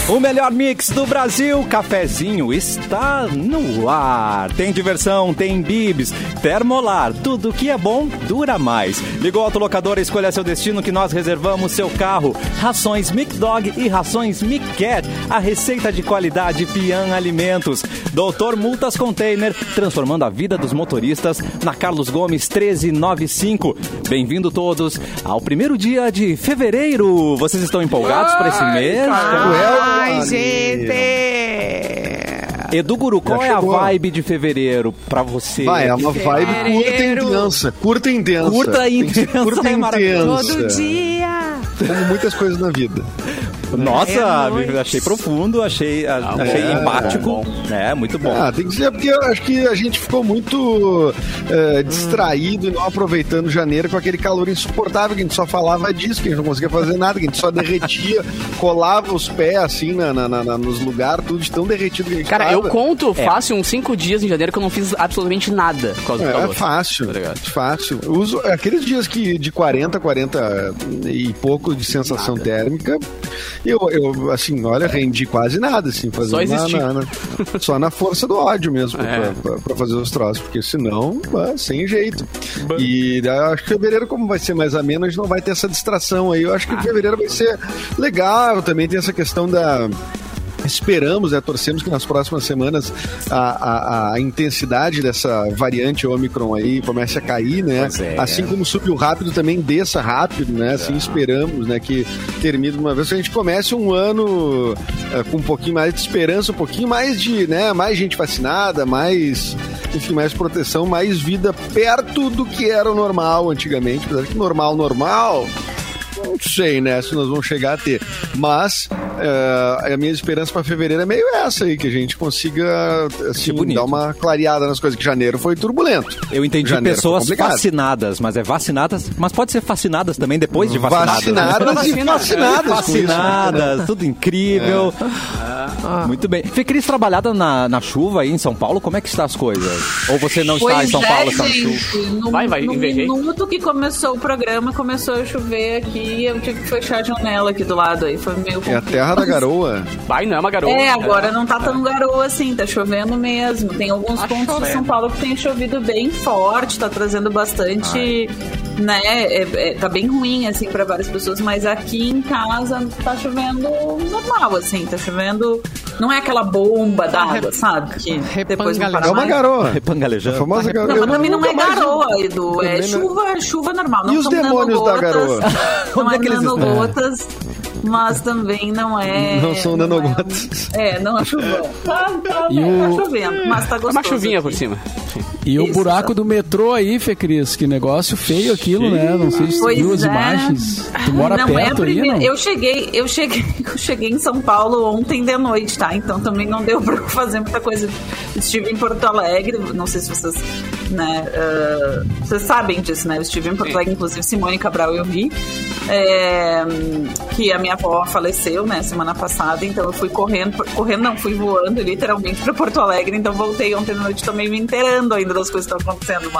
O melhor mix do Brasil, cafezinho, está no ar. Tem diversão, tem bibs, Termolar, tudo que é bom dura mais. Ligou a autolocadora, escolha seu destino que nós reservamos seu carro. Rações Mic Dog e rações Mic Cat, a receita de qualidade Pian Alimentos. Doutor Multas Container, transformando a vida dos motoristas, na Carlos Gomes 1395. Bem-vindo todos ao primeiro dia de fevereiro. Vocês estão empolgados para esse mês? Ai, gente! Edu Guru, qual é a vibe de fevereiro pra você? É uma vibe curta e intensa. Curta e intensa. Curta e intensa. Todo dia! Como muitas coisas na vida. Nossa, achei profundo, achei empático. Muito bom. Tem que ser, porque eu acho que a gente ficou muito distraído e não aproveitando janeiro com aquele calor insuportável, que a gente só falava disso, que a gente não conseguia fazer nada, que a gente só derretia, colava os pés assim nos lugares, tudo de tão derretido que a gente Cara, tava. eu conto fácil uns 5 dias em janeiro que eu não fiz absolutamente nada por causa do calor. É fácil. Uso aqueles dias de 40 e pouco de sensação térmica. Eu, assim, olha, rendi quase nada, assim, fazendo só na força do ódio mesmo, pra fazer os troços, porque senão, sem jeito. E acho que fevereiro, como vai ser mais ameno, a gente não vai ter essa distração aí. Eu acho que fevereiro vai ser legal, também tem essa questão da... Esperamos, torcemos que nas próximas semanas a intensidade dessa variante Ômicron aí comece a cair, né? Assim como subiu rápido, também desça rápido, né? Assim esperamos, né? Que termine de uma vez, que a gente comece um ano com um pouquinho mais de esperança, um pouquinho mais de, né? Mais gente vacinada, mais proteção, mais vida perto do que era o normal antigamente. Apesar que normal, não sei, né, se nós vamos chegar a ter. Mas a minha esperança para fevereiro é meio essa aí, que a gente consiga assim, dar uma clareada nas coisas, que janeiro foi turbulento. Eu entendi pessoas vacinadas, mas vacinadas, mas pode ser fascinadas também depois de vacinadas. Vacinadas, tudo incrível. Muito bem. Fê Cris, trabalhada na chuva aí em São Paulo, como é que está as coisas? Ou você não está em São Paulo? Gente, no minuto que começou o programa, começou a chover aqui, eu tive que fechar a janela aqui do lado aí, foi meio complicado. É a terra da garoa. Vai, não é uma garoa. Agora não tá tão garoa assim, tá chovendo mesmo. Tem alguns pontos de São Paulo que tem chovido bem forte, tá trazendo bastante, né, tá bem ruim, assim, pra várias pessoas, mas aqui em casa tá chovendo normal, assim, tá chovendo, não é aquela bomba d'água, sabe? Que depois não para mais. É uma garoa. Repangalejando. A famosa garoa. Não, mas também não é garoa, Edu, é chuva normal. Não e os demônios da garoa? Não é nanogotas, mas também não é... Não são nanogotas. Não é chuvão. Tá chovendo, mas tá gostoso. Uma chuvinha por cima. E o buraco do metrô aí, Fê Cris, que negócio feio aquilo, né? Não sei se você viu as imagens. Tu mora perto aí, não? Eu cheguei em São Paulo ontem de noite, tá? Então também não deu pra fazer muita coisa. Estive em Porto Alegre, não sei se vocês, né, vocês sabem disso, né? Eu estive em Porto Alegre, inclusive Simone Cabral eu vi, que a minha avó faleceu, né, semana passada, então eu fui fui voando literalmente pra Porto Alegre, então voltei ontem de noite, tô meio me inteirando ainda das coisas que estão acontecendo,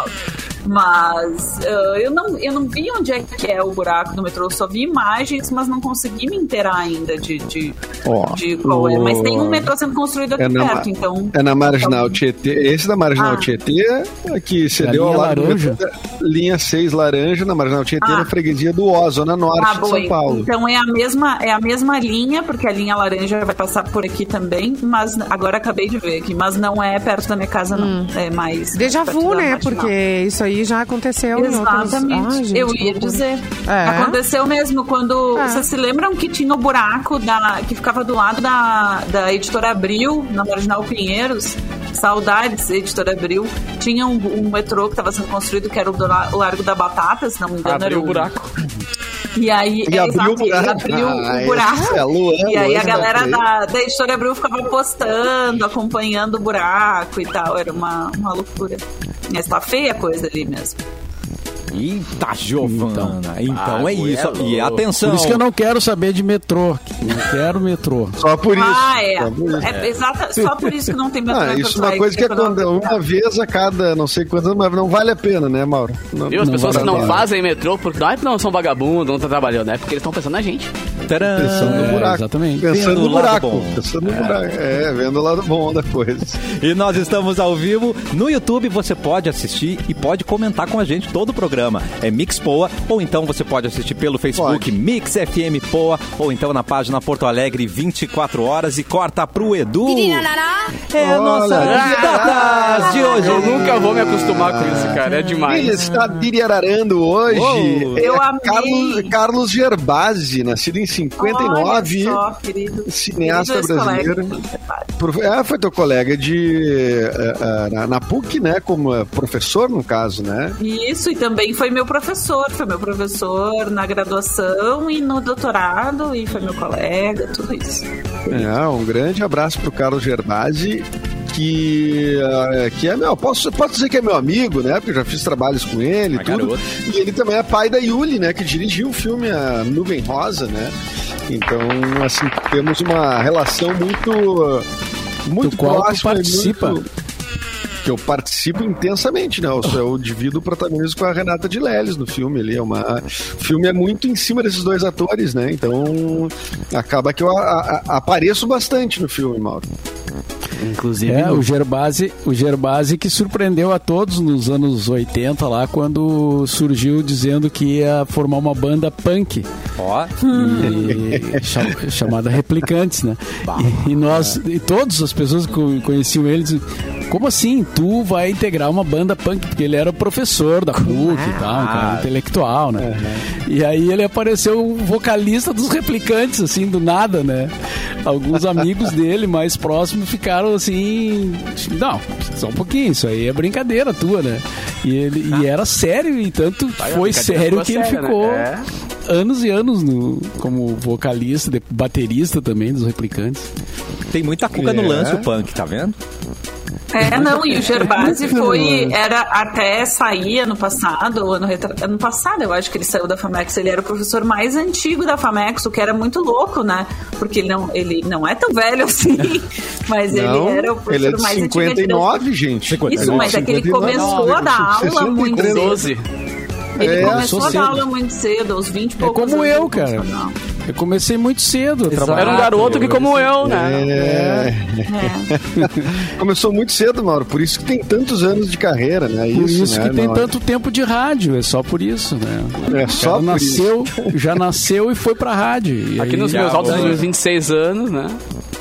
mas eu não vi onde é que é o buraco do metrô, eu só vi imagens, mas não consegui me inteirar ainda de qual é, mas tem um metrô sendo construído aqui perto, então... É na Marginal Tietê, esse da Marginal Tietê, que cedeu ao lado laranja. Linha 6 laranja, na Marginal Tietê, na freguesia do Ó, Zona Norte de São Paulo. Então é a mesma linha, porque a linha laranja vai passar por aqui também, mas agora acabei de ver aqui, mas não é perto da minha casa, não. É mais... Déjà vu, né? Porque isso aí já aconteceu. Exatamente. Eu ia dizer. Aconteceu mesmo quando... Vocês se lembram que tinha o buraco que ficava do lado da Editora Abril, na Marginal Pinheiros? Saudades, Editora Abril. Tinha um metrô que estava sendo construído, que era o Largo da Batata, se não me engano. Abriu o buraco. E aí, abriu o buraco. E aí a galera da Editora Abril ficava postando, acompanhando o buraco e tal. Era uma loucura. Mas tá feia a coisa ali mesmo. Eita, Giovana. Então é isso. E atenção. Por isso que eu não quero saber de metrô. Não quero metrô. Só por isso. Só por isso que não tem metrô. Isso é uma coisa que uma vez a cada não sei quantas, mas não vale a pena, né, Mauro? Viu? As pessoas que não fazem metrô, porque não são vagabundos, não estão trabalhando, é porque eles estão pensando na gente. Pensando no buraco. Exatamente. Pensando no buraco. Pensando no buraco. Vendo o lado bom da coisa. E nós estamos ao vivo no YouTube. Você pode assistir e pode comentar com a gente todo o programa. É Mix Poa, ou então você pode assistir pelo Facebook Mix FM Poa, ou então na página Porto Alegre 24 horas e corta pro Edu. É a nossa datas de hoje. Eu nunca vou me acostumar com isso, cara. É demais. Ele está diriararando hoje. Eu amei. Carlos Gerbasi, nascido em 59. Olha só, querido. Cineasta brasileiro. Foi teu colega na PUC, né? Como professor, no caso, né? Isso, e também foi meu professor. Foi meu professor na graduação e no doutorado, e foi meu colega, tudo isso. Um grande abraço pro Carlos Gerbasi, que é meu, posso dizer que é meu amigo, né? Porque eu já fiz trabalhos com ele e tudo. Garoto. E ele também é pai da Yuli, né? Que dirigiu o filme A Nuvem Rosa, né? Então, assim, temos uma relação muito próxima. Participa. Que eu participo intensamente, né? Eu divido o protagonismo com a Renata de Leles no filme ali. O filme é muito em cima desses dois atores, né? Então, acaba que eu apareço bastante no filme, Mauro. Inclusive o Gerbasi que surpreendeu a todos nos anos 80 lá, quando surgiu dizendo que ia formar uma banda punk chamada Replicantes, né? E todas as pessoas que conheciam ele diziam, como assim? Tu vai integrar uma banda punk? Porque ele era professor da PUC e tal, um cara intelectual, né? E aí ele apareceu o vocalista dos Replicantes, assim, do nada, né? Alguns amigos dele mais próximos ficaram assim, não, só um pouquinho, isso aí é brincadeira tua, né? E era sério, e tanto foi sério que ele ficou anos e anos como vocalista, baterista também dos Replicantes. Tem muita cuca no lance o punk, tá vendo? E o Gerbasi era até sair ano passado eu acho que ele saiu da FAMEX, ele era o professor mais antigo da FAMEX, o que era muito louco, né? Porque ele não é tão velho assim, mas ele era o professor mais antigo. Ele é de 59, gente. Isso, mas é que ele começou a dar aula muito cedo. Ele começou a dar aula muito cedo, aos 20 e poucos anos. Como eu, cara. Eu comecei muito cedo. Era um garoto que como eu, né? Começou muito cedo, Mauro. Por isso que tem tantos anos de carreira, né? Por isso que tem tanto tempo de rádio. É só por isso, né? Já nasceu e foi pra rádio. E aqui nos meus altos 26 anos, né?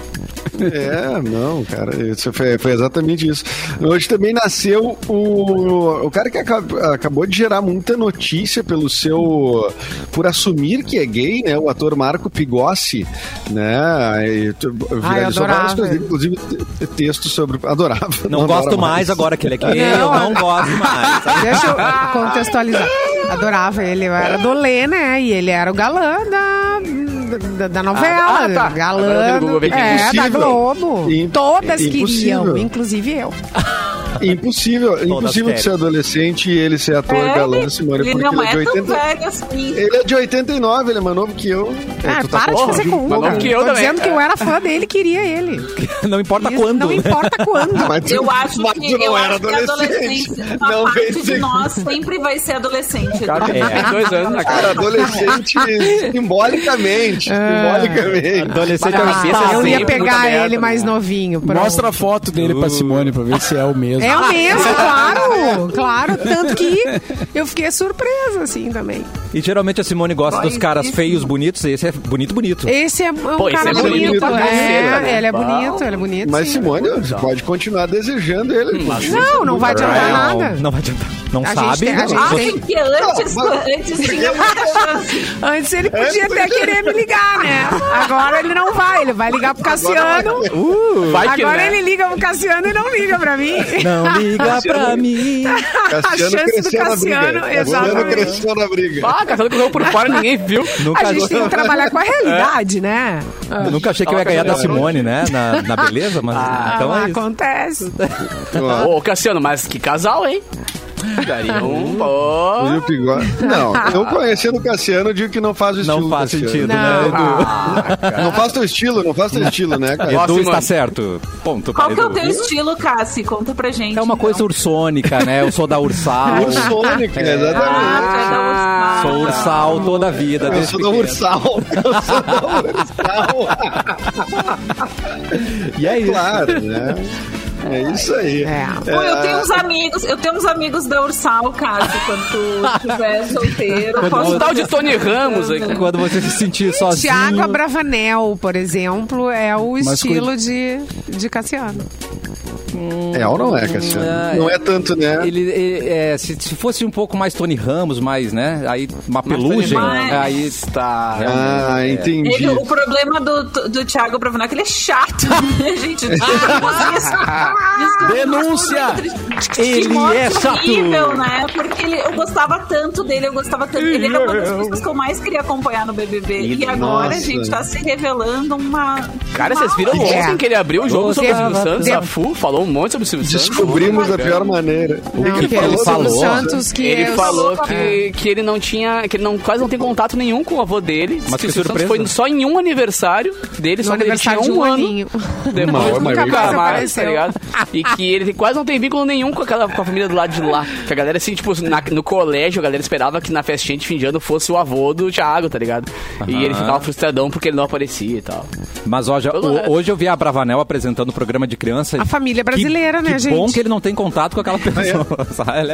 Cara, isso foi exatamente isso. Hoje também nasceu o cara que acabou de gerar muita notícia por assumir que é gay, né? O ator Marco Pigossi, né? Viralizou várias coisas, inclusive textos sobre... Adorava. Não gosto mais agora que ele é gay, eu não gosto mais. Deixa eu contextualizar. Adorava ele, eu era do Lê, né? E ele era o galã da novela, galã da Globo. Todas queriam, inclusive eu. Impossível de ser adolescente e ele ser ator galã, Simone, porque ele é de 89. Ele é de 89, ele é mais novo que eu. Para de fazer conta. Tô dizendo que eu era fã dele e queria ele. Não importa quando. Não importa quando. Eu acho que adolescente. A parte de nós sempre vai ser adolescente. Cara, tem 2 anos na cara. Adolescente simbolicamente. Adolescente eu ia pegar ele mais novinho. Mostra a foto dele pra Simone pra ver se é o mesmo. É o mesmo, claro. Tanto que eu fiquei surpresa, assim, também. E geralmente a Simone gosta dos caras feios, bonitos. Esse é bonito. Esse é um cara bonito. Ele é bonito. Mas Simone, você pode continuar desejando ele. Não vai adiantar nada. Não vai adiantar. Não sabe? Acho que antes tinha muita chance. Antes ele podia até querer me ligar, né? Agora ele não vai. Ele vai ligar pro Cassiano. Agora ele liga pro Cassiano e não liga pra mim. Não liga pra mim. A chance do Cassiano, exatamente. Cresceu na briga. Cassiano correu por fora, ninguém viu. A gente tem que trabalhar com a realidade, né? Eu nunca achei que eu ia ganhar da Simone, né? Na beleza, mas então é isso. Acontece. Ô, Cassiano, mas que casal, hein? Daria um Viu, Bigode? Não, eu conhecendo o Cassiano, eu digo que não faz o estilo. Não faz Cassiano. sentido, Não. né, Não faz teu estilo, né, cara? Edu está certo. Ponto. Qual que é o Edu. teu estilo, Cassi? Conta pra gente. É uma coisa ursônica, né? Eu sou da Ursal. Ursônica, exatamente. Sou Ursal toda a vida. Eu sou da Ursal. E é isso. Claro, né? É isso aí. Pô, eu tenho uns amigos da Ursal, Cássio, quando tu estiver solteiro. Um tal de Tony Ramos aqui. Quando você se sentir sozinho. Tiago Abravanel, por exemplo, é o estilo de Cassiano. É ou não é, Cassiano? Não é tanto, né? Se fosse um pouco mais Tony Ramos, mais, né? Aí uma pelugem, aí está. Entendi. O problema do Thiago Abravanel é que ele é chato, né, gente? Denúncia! Ele é chato! Horrível, né? Porque eu gostava tanto dele, Ele era uma das pessoas que eu mais queria acompanhar no BBB. E agora, a gente tá se revelando uma... Cara, vocês viram ontem que ele abriu o jogo sobre o Silvio Santos? A Fu falou um monte sobre o Silvio Santos. Descobrimos da pior maneira. Ele falou? Ele falou que ele não tinha... Que ele quase não tem contato nenhum com o avô dele. Mas que surpresa. Foi só em um aniversário dele, só que ele tinha um ano. Depois nunca mais, tá ligado? E que ele quase não tem vínculo nenhum com a família do lado de lá. Que a galera, assim, tipo, no colégio, a galera esperava que na festinha de fim de ano fosse o avô do Thiago, tá ligado? E ele ficava frustradão porque ele não aparecia e tal. Mas hoje eu vi a Abravanel apresentando o programa de criança. A família brasileira, né, gente? Que bom que ele não tem contato com aquela pessoa. Ela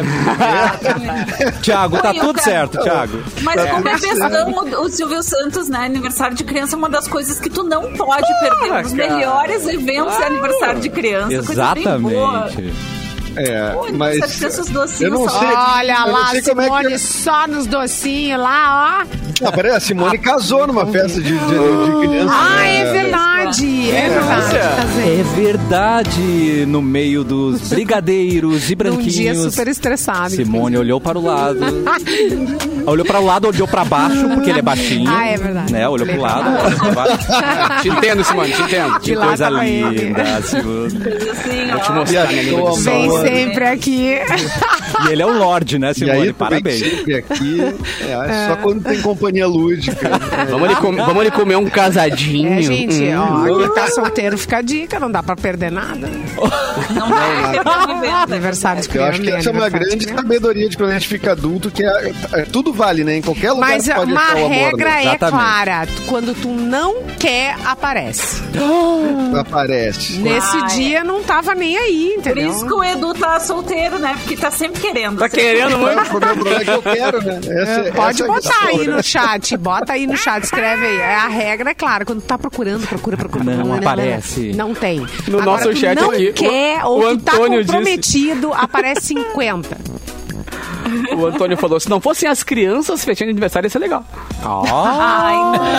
é... Thiago, tá tudo certo, Thiago. Mas como é questão, o Silvio Santos, né, aniversário de criança é uma das coisas que tu não pode perder. Um dos melhores eventos é aniversário de criança. Exatamente. Mas esses docinhos eu não sei. Olha lá, sei Simone, só nos docinhos lá, ó. Não, peraí, a Simone casou numa festa de criança. É verdade. É verdade. No meio dos brigadeiros e branquinhos. Um dia super estressado. Simone olhou para o lado. Olhou para o lado, olhou para baixo, porque ele é baixinho. É verdade. Né? Olhou para o lado. Te entendo, Simone, te entendo. Que coisa linda, Simone. Vou te mostrar, minha linda. Vem sempre aqui. E ele é um lorde, né, Simone? E aí, parabéns. Sempre aqui, só quando tem companhia lúdica. Vamos ali comer um casadinho. Gente, quem tá solteiro fica a dica, não dá pra perder nada. Não dá. Aniversário de Eu criança. acho que essa é uma grande sabedoria de quando a gente fica adulto, que tudo vale, né? Em qualquer lugar mas pode uma achar o amor, regra né? é clara. Quando tu não quer, aparece. Aparece. Nesse dia não tava nem aí, Por entendeu? isso que o Edu tá solteiro, né? Porque tá sempre querendo. Tá querendo muito. O problema é que eu quero, né? Pode essa botar é a aí questão, no chat. Bota aí no chat, escreve aí. A regra é clara. Quando tu tá procurando. Não aparece. Não tem. No Agora, nosso tu chat não aqui, quer, o ou tu tá Antônio comprometido, aparece 50. O Antônio falou, se não fossem as crianças festando aniversário, ia ser legal. Ai,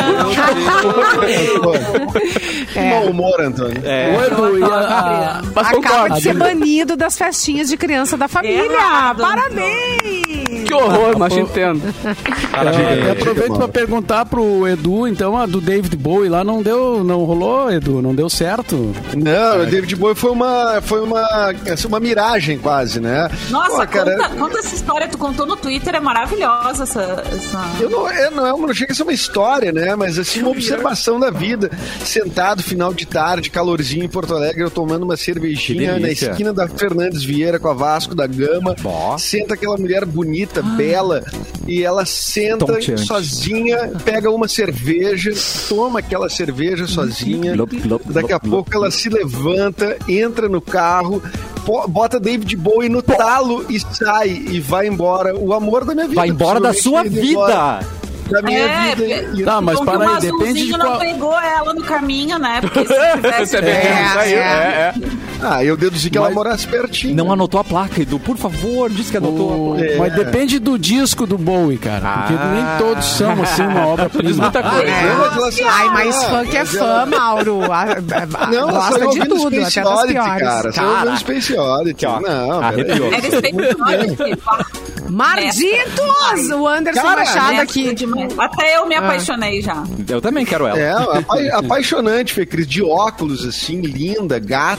não. Bom humor, Antônio. Mas Acaba concordo. de ser banido das festinhas de criança da família. Errado. Parabéns! Que horror, mas te entendo. Aproveito pra perguntar pro Edu, então, a do David Bowie lá não rolou, Edu? Não deu certo? Não, o David Bowie foi uma miragem quase, né? Nossa, Pô, cara, conta essa história, tu contou no Twitter, é maravilhosa essa... não chega a ser uma história, né? Mas assim, uma observação da vida. Sentado, final de tarde, calorzinho em Porto Alegre, eu tomando uma cervejinha na esquina da Fernandes Vieira com a Vasco da Gama. Senta aquela mulher bonita, bela, e ela senta sozinha, pega uma cerveja, toma aquela cerveja sozinha. Daqui a pouco ela se levanta, entra no carro, bota David Bowie no talo e sai e vai embora. O amor da minha vida. Vai embora da sua vida. Da minha vida. Tá, mas para aí, depende de não qual... pegou ela no caminho, né? Porque se tivesse... eu deduzi que ela morasse pertinho. Não anotou a placa, Edu, por favor, diz que anotou. Mas depende do disco do Bowie, cara. Porque nem todos são, assim, uma obra-prima. Muita coisa. Ai, mas funk é fã, Mauro. Não, gosta de tudo, até das piores. Cara, só ouvindo Space Oddity. Não, arrepiou. Era Space Oddity. Marditos! O Anderson Machado aqui. Até eu me apaixonei já. Eu também quero ela. Apaixonante, Fê Cris, de óculos, assim, linda, gata. Não era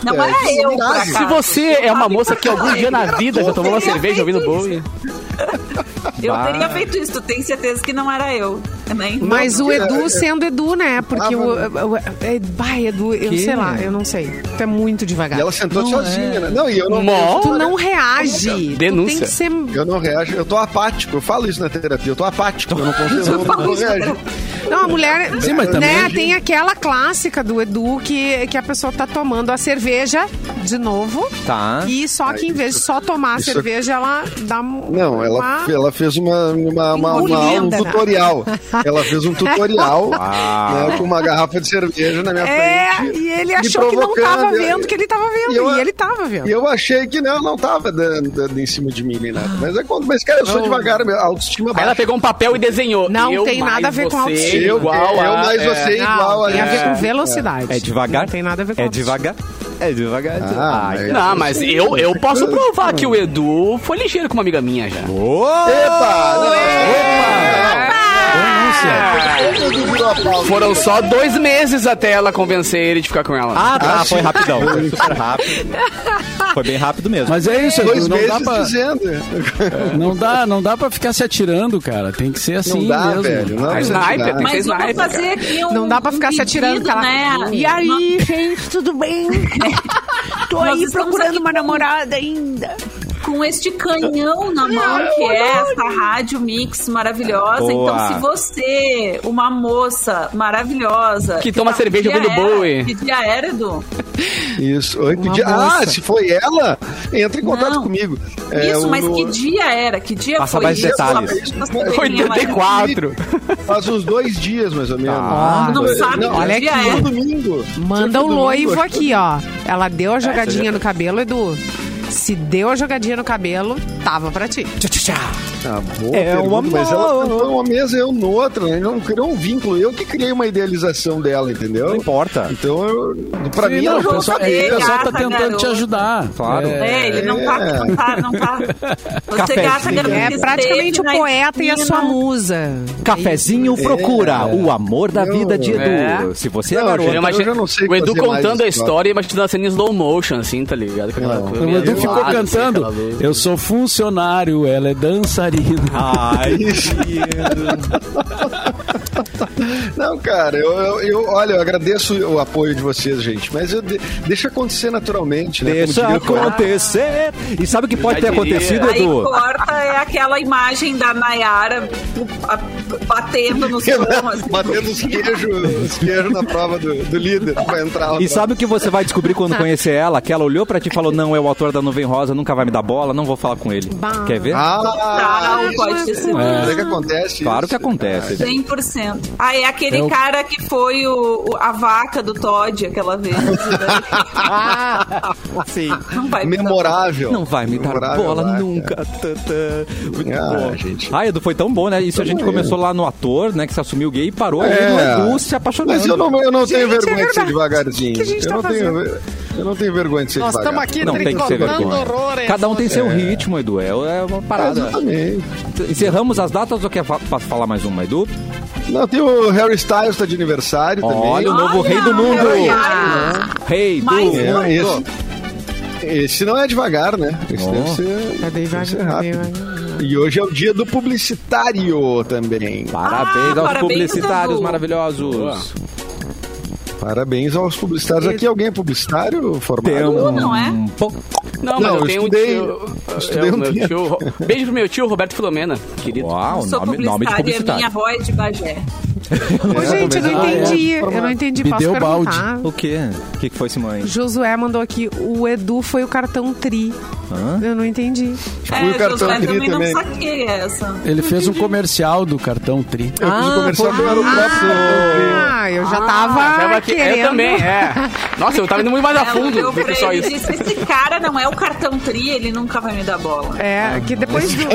Se você é uma moça que algum dia na vida já tomou uma cerveja ouvindo Bowie... Eu teria feito isso, tu tem certeza que não era eu. Né? Mas o Edu sendo Edu, né? Porque Edu, eu sei lá, eu não sei. Tu é muito devagar. E ela sentou sozinha, né? Não, e eu não... Tu não reage. Denúncia. Tu tem que ser... Eu não reajo, eu tô apático. Eu falo isso na terapia, eu tô apático. Eu não consigo reagir. Não, a mulher, sim, mas né, tem aquela clássica do Edu que a pessoa tá tomando a cerveja de novo. Tá. E só que em vez de só tomar a cerveja, ela dá Não, ela fez um tutorial. Ela fez um tutorial né, com uma garrafa de cerveja na minha frente. E ele achou que não tava vendo o que ele tava vendo. E ele tava vendo. E eu achei que não tava dando em cima de mim nem nada. Mas cara, eu sou devagar, minha autoestima baixa. Ela pegou um papel e desenhou. Não tem nada a ver com autoestima. Eu mais você igual a... Tem a ver com velocidade. É devagar? Não tem nada a ver com devagar. É devagar. Não, mas eu posso provar que o Edu foi ligeiro com uma amiga minha já. Foram só 2 meses até ela convencer ele de ficar com ela. Tá, foi rapidão. Foi super rápido. Foi bem rápido mesmo. Mas é isso, 2 meses não dá pra... dizendo. Não dá pra ficar se atirando, cara. Tem que ser assim não dá, mesmo. Velho, não sniper, tem que ser Mas vamos sniper, fazer aqui Não dá pra ficar se atirando, cara. Né? E aí, gente, tudo bem? Tô Nós aí procurando uma namorada ainda. Com este canhão na mão, que é essa rádio mix maravilhosa. Boa. Então, se você, uma moça maravilhosa... Que toma cerveja ouvindo Bowie. Que dia era, Edu? Isso. Se foi ela, entra em contato comigo. Mas que dia era? Que dia Passa foi mais isso? detalhes. 84. Faz uns 2 dias, mais ou menos. Não sabe olha que dia aqui. é. Domingo. Manda o noivo aqui, ó. Ela deu a jogadinha no cabelo, Edu. Se deu a jogadinha no cabelo, tava pra ti. Boa mas ela sentou uma mesa e eu noutra, né? Não criou um vínculo. Eu que criei uma idealização dela, entendeu? Não importa. Então, pra mim, não, o pessoal tá tentando garoto. te ajudar. Claro. Ele não tá. Você gata, É praticamente o poeta e a sua musa. Cafezinho procura o amor da vida de Edu. Se você é garoto... eu já não sei o Edu contando a mais história e imaginando a cena em slow motion, assim, tá ligado? O Edu ficou cantando. Eu sou funcionário, ela é dançarina. Ai, Não, cara, olha, eu agradeço o apoio de vocês, gente, mas deixa acontecer naturalmente, né? Deixa acontecer. E sabe o que pode ter acontecido, Edu? Aí corta é aquela imagem da Nayara batendo nos pomos. Batendo os queijos na prova do líder pra entrar. E sabe o que você vai descobrir quando conhecer ela? Que ela olhou pra ti e falou, não, é o autor da Nuvem Rosa, nunca vai me dar bola, não vou falar com ele. Quer ver? Pode ter sido. É que acontece. Claro que acontece. 100%. É aquele cara que foi a vaca do Todd aquela vez. Sim. Memorável. Não vai me dar bola vaca. Nunca. Muito bom. Gente. Edu, foi tão bom, né? Isso a gente começou lá no ator, né? Que se assumiu gay e parou aí no Edu se apaixonando. Mas eu não tenho vergonha de ser devagarzinho. Eu não tenho vergonha de ser devagar. Nós estamos aqui não tem que ser vergonha. Cada um tem seu ritmo, Edu. É uma parada. Exatamente. Encerramos as datas ou quer falar mais uma, Edu? Não, tem o Harry Styles, tá de aniversário também. Olha, o novo rei do mundo. Rei do mundo. Esse não é devagar, né? Esse deve ser rápido. E hoje é o dia do publicitário também. Parabéns aos publicitários maravilhosos. Parabéns aos publicitários. Aqui alguém é publicitário formado? Não é? Não, mas eu tenho estudei um tio. Beijo pro meu tio, Roberto Filomena, querido. Uau, nome de publicitário. Minha avó é de Bagé. Gente, eu não entendi. Eu não entendi. Posso perguntar? O quê? O que foi, Simone? Josué mandou aqui. O Edu foi o cartão Tri. Eu não entendi. Fui o cartão Tri também. Não saquei essa. Ele fez um comercial do cartão Tri. Eu fiz o comercial do próprio. Eu já tava querendo. Eu também, Nossa, eu tava indo muito mais a fundo do que só isso. Disse, esse cara não é o cartão Tri, ele nunca vai me dar bola. Que depois do...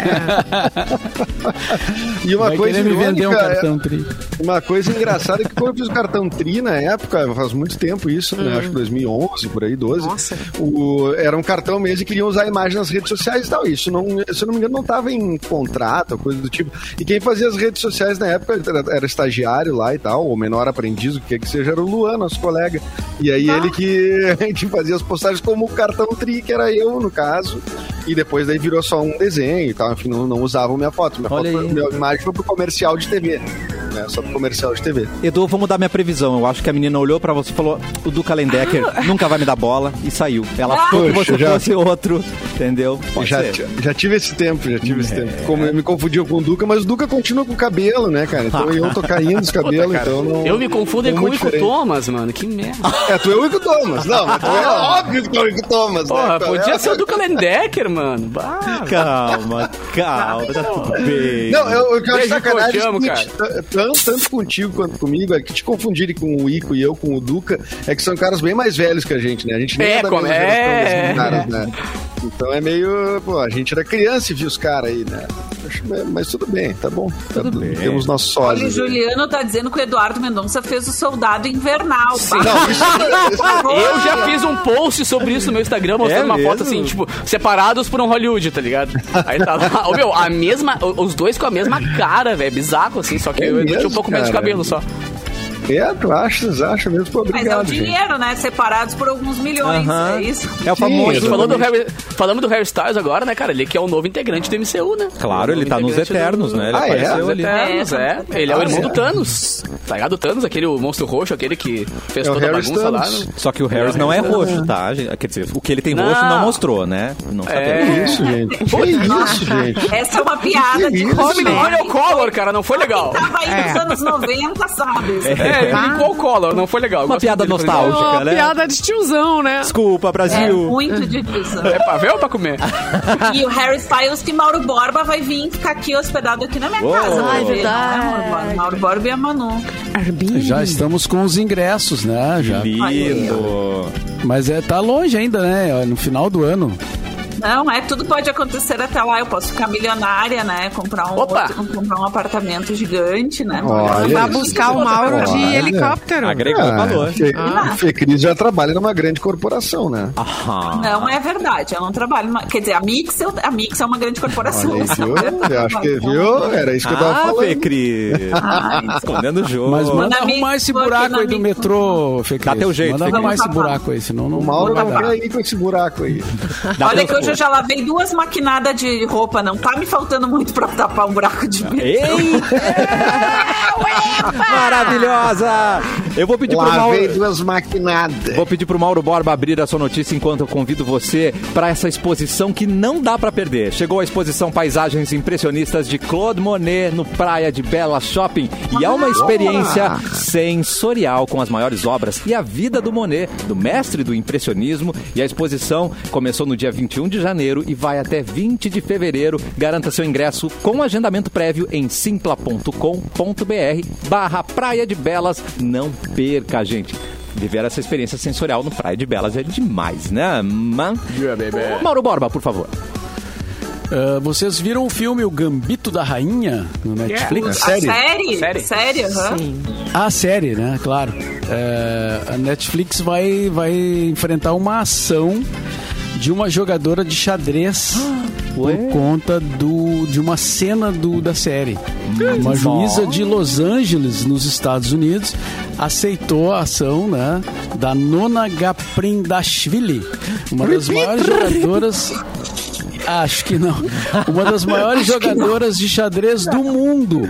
E uma coisa me vender um cartão Tri. Uma coisa engraçada é que quando eu fiz o cartão Tri na época, faz muito tempo isso, né? Acho que 2011, por aí, 12. Nossa. Era um cartão mesmo queriam usar a imagem nas redes sociais e tal. Isso, não, se eu não me engano, não estava em contrato ou coisa do tipo. E quem fazia as redes sociais na época era estagiário lá e tal, ou menor aprendiz, o que seja, era o Luan, nosso colega. E aí ele que fazia as postagens como o cartão tri, que era eu, no caso. E depois daí virou só um desenho e tal. Enfim, não usavam minha foto. Minha imagem foi pro comercial de TV. Só pro comercial de TV. Edu, vou mudar minha previsão. Eu acho que a menina olhou pra você e falou: o Duca Lendecker nunca vai me dar bola, e saiu. Ela achou que você fosse outro, entendeu? Já tive esse tempo. Como eu me confundiu com o Duca, mas o Duca continua com o cabelo, né, cara? Então eu tô caindo os cabelos, então não... Eu me confundo com o Ico Thomas, mano, que merda. Tu é o Ico Thomas. Não, mas tu é óbvio que tu é o Ico Thomas, porra, né? Podia ser o Duca Lendecker, mano. Calma, tá tudo bem. Não, eu quero sacanagem, tanto contigo quanto comigo, é que te confundirem com o Ico e eu com o Duca, é que são caras bem mais velhos que a gente, né? A gente nem é da mesma geração desses caras, né? Então é meio... Pô, a gente era criança e viu os caras aí, né? Mas tudo bem, tá bom. Tudo bem. Temos nossos sólidos. Olha, o Juliano tá dizendo que o Eduardo Mendonça fez o Soldado Invernal. Sim. Não, eu já fiz um post sobre isso no meu Instagram, mostrando uma foto assim, tipo, separados por um Hollywood, tá ligado? Aí tá lá. Meu, os dois com a mesma cara, velho. Bizarro, assim, só que eu tinha um pouco menos de cabelo só. Tu acha mesmo? Pô, obrigado, mas é o dinheiro, gente, né? Separados por alguns milhões, é isso? É o famoso. Falamos do Harry Styles agora, né, cara? Ele que é o novo integrante do MCU, né? Claro, ele tá nos Eternos, né? Ele apareceu ali. Eternos, Ele é o irmão do Thanos. Tá ligado? O Thanos, aquele monstro roxo, aquele que fez toda a bagunça lá. Só que o Harry não é roxo, tá? Quer dizer, o que ele tem roxo não mostrou, né? Não que isso, gente. Que isso, gente. Essa é uma piada de Olha o Collor, cara, não foi legal. Tava aí nos anos 90, sabe? Ele brincou o Collor, não foi legal. Uma piada nostálgica, né? Uma piada de tiozão, né? Desculpa, Brasil. É muito de tiozão. É pra ver ou pra comer? E o Harry Styles que Mauro Borba vai vir ficar aqui hospedado aqui na minha casa. Ai, verdade. Mauro Borba e a Manu. Já estamos com os ingressos, né? Já. Lindo. Mas tá longe ainda, né? No final do ano. Não, tudo pode acontecer até lá. Eu posso ficar milionária, né? Comprar um apartamento gigante, né? Vai buscar o Mauro de helicóptero. Agregou valor. Fê Cris já trabalha numa grande corporação, né? Não é verdade. Eu não trabalho. Quer dizer, a Mix é uma grande corporação. Eu acho que viu. Era isso que eu tava falando. Fê Cris. Escondendo o jogo. Mas manda arrumar esse buraco aí do metrô, Fê Cris. Dá teu jeito. Manda arrumar esse buraco aí, senão não. O Mauro vai ficar aí com esse buraco aí. Olha que hoje eu já lavei 2 maquinadas de roupa, não tá me faltando muito pra tapar um buraco de metrô. Maravilhosa! Eu vou pedir pro Mauro... Lavei 2 maquinadas. Vou pedir pro Mauro Borba abrir a sua notícia enquanto eu convido você para essa exposição que não dá pra perder. Chegou a exposição Paisagens Impressionistas de Claude Monet no Praia de Belas Shopping e é uma experiência sensorial com as maiores obras e a vida do Monet, do mestre do impressionismo. E a exposição começou no dia 21 de janeiro e vai até 20 de fevereiro. Garanta seu ingresso com agendamento prévio em simpla.com.br/Praia de Belas. Não perca, gente. Viver essa experiência sensorial no Praia de Belas é demais, né? Mauro Borba, por favor. Vocês viram o filme O Gambito da Rainha no Netflix? Série? Sim. A série, né? Claro. A Netflix vai enfrentar uma ação de uma jogadora de xadrez por conta de uma cena da série. Uma juíza de Los Angeles, nos Estados Unidos, aceitou a ação, né, da Nona Gaprindashvili, uma das maiores jogadoras... Acho que não. Uma das maiores jogadoras de xadrez do mundo.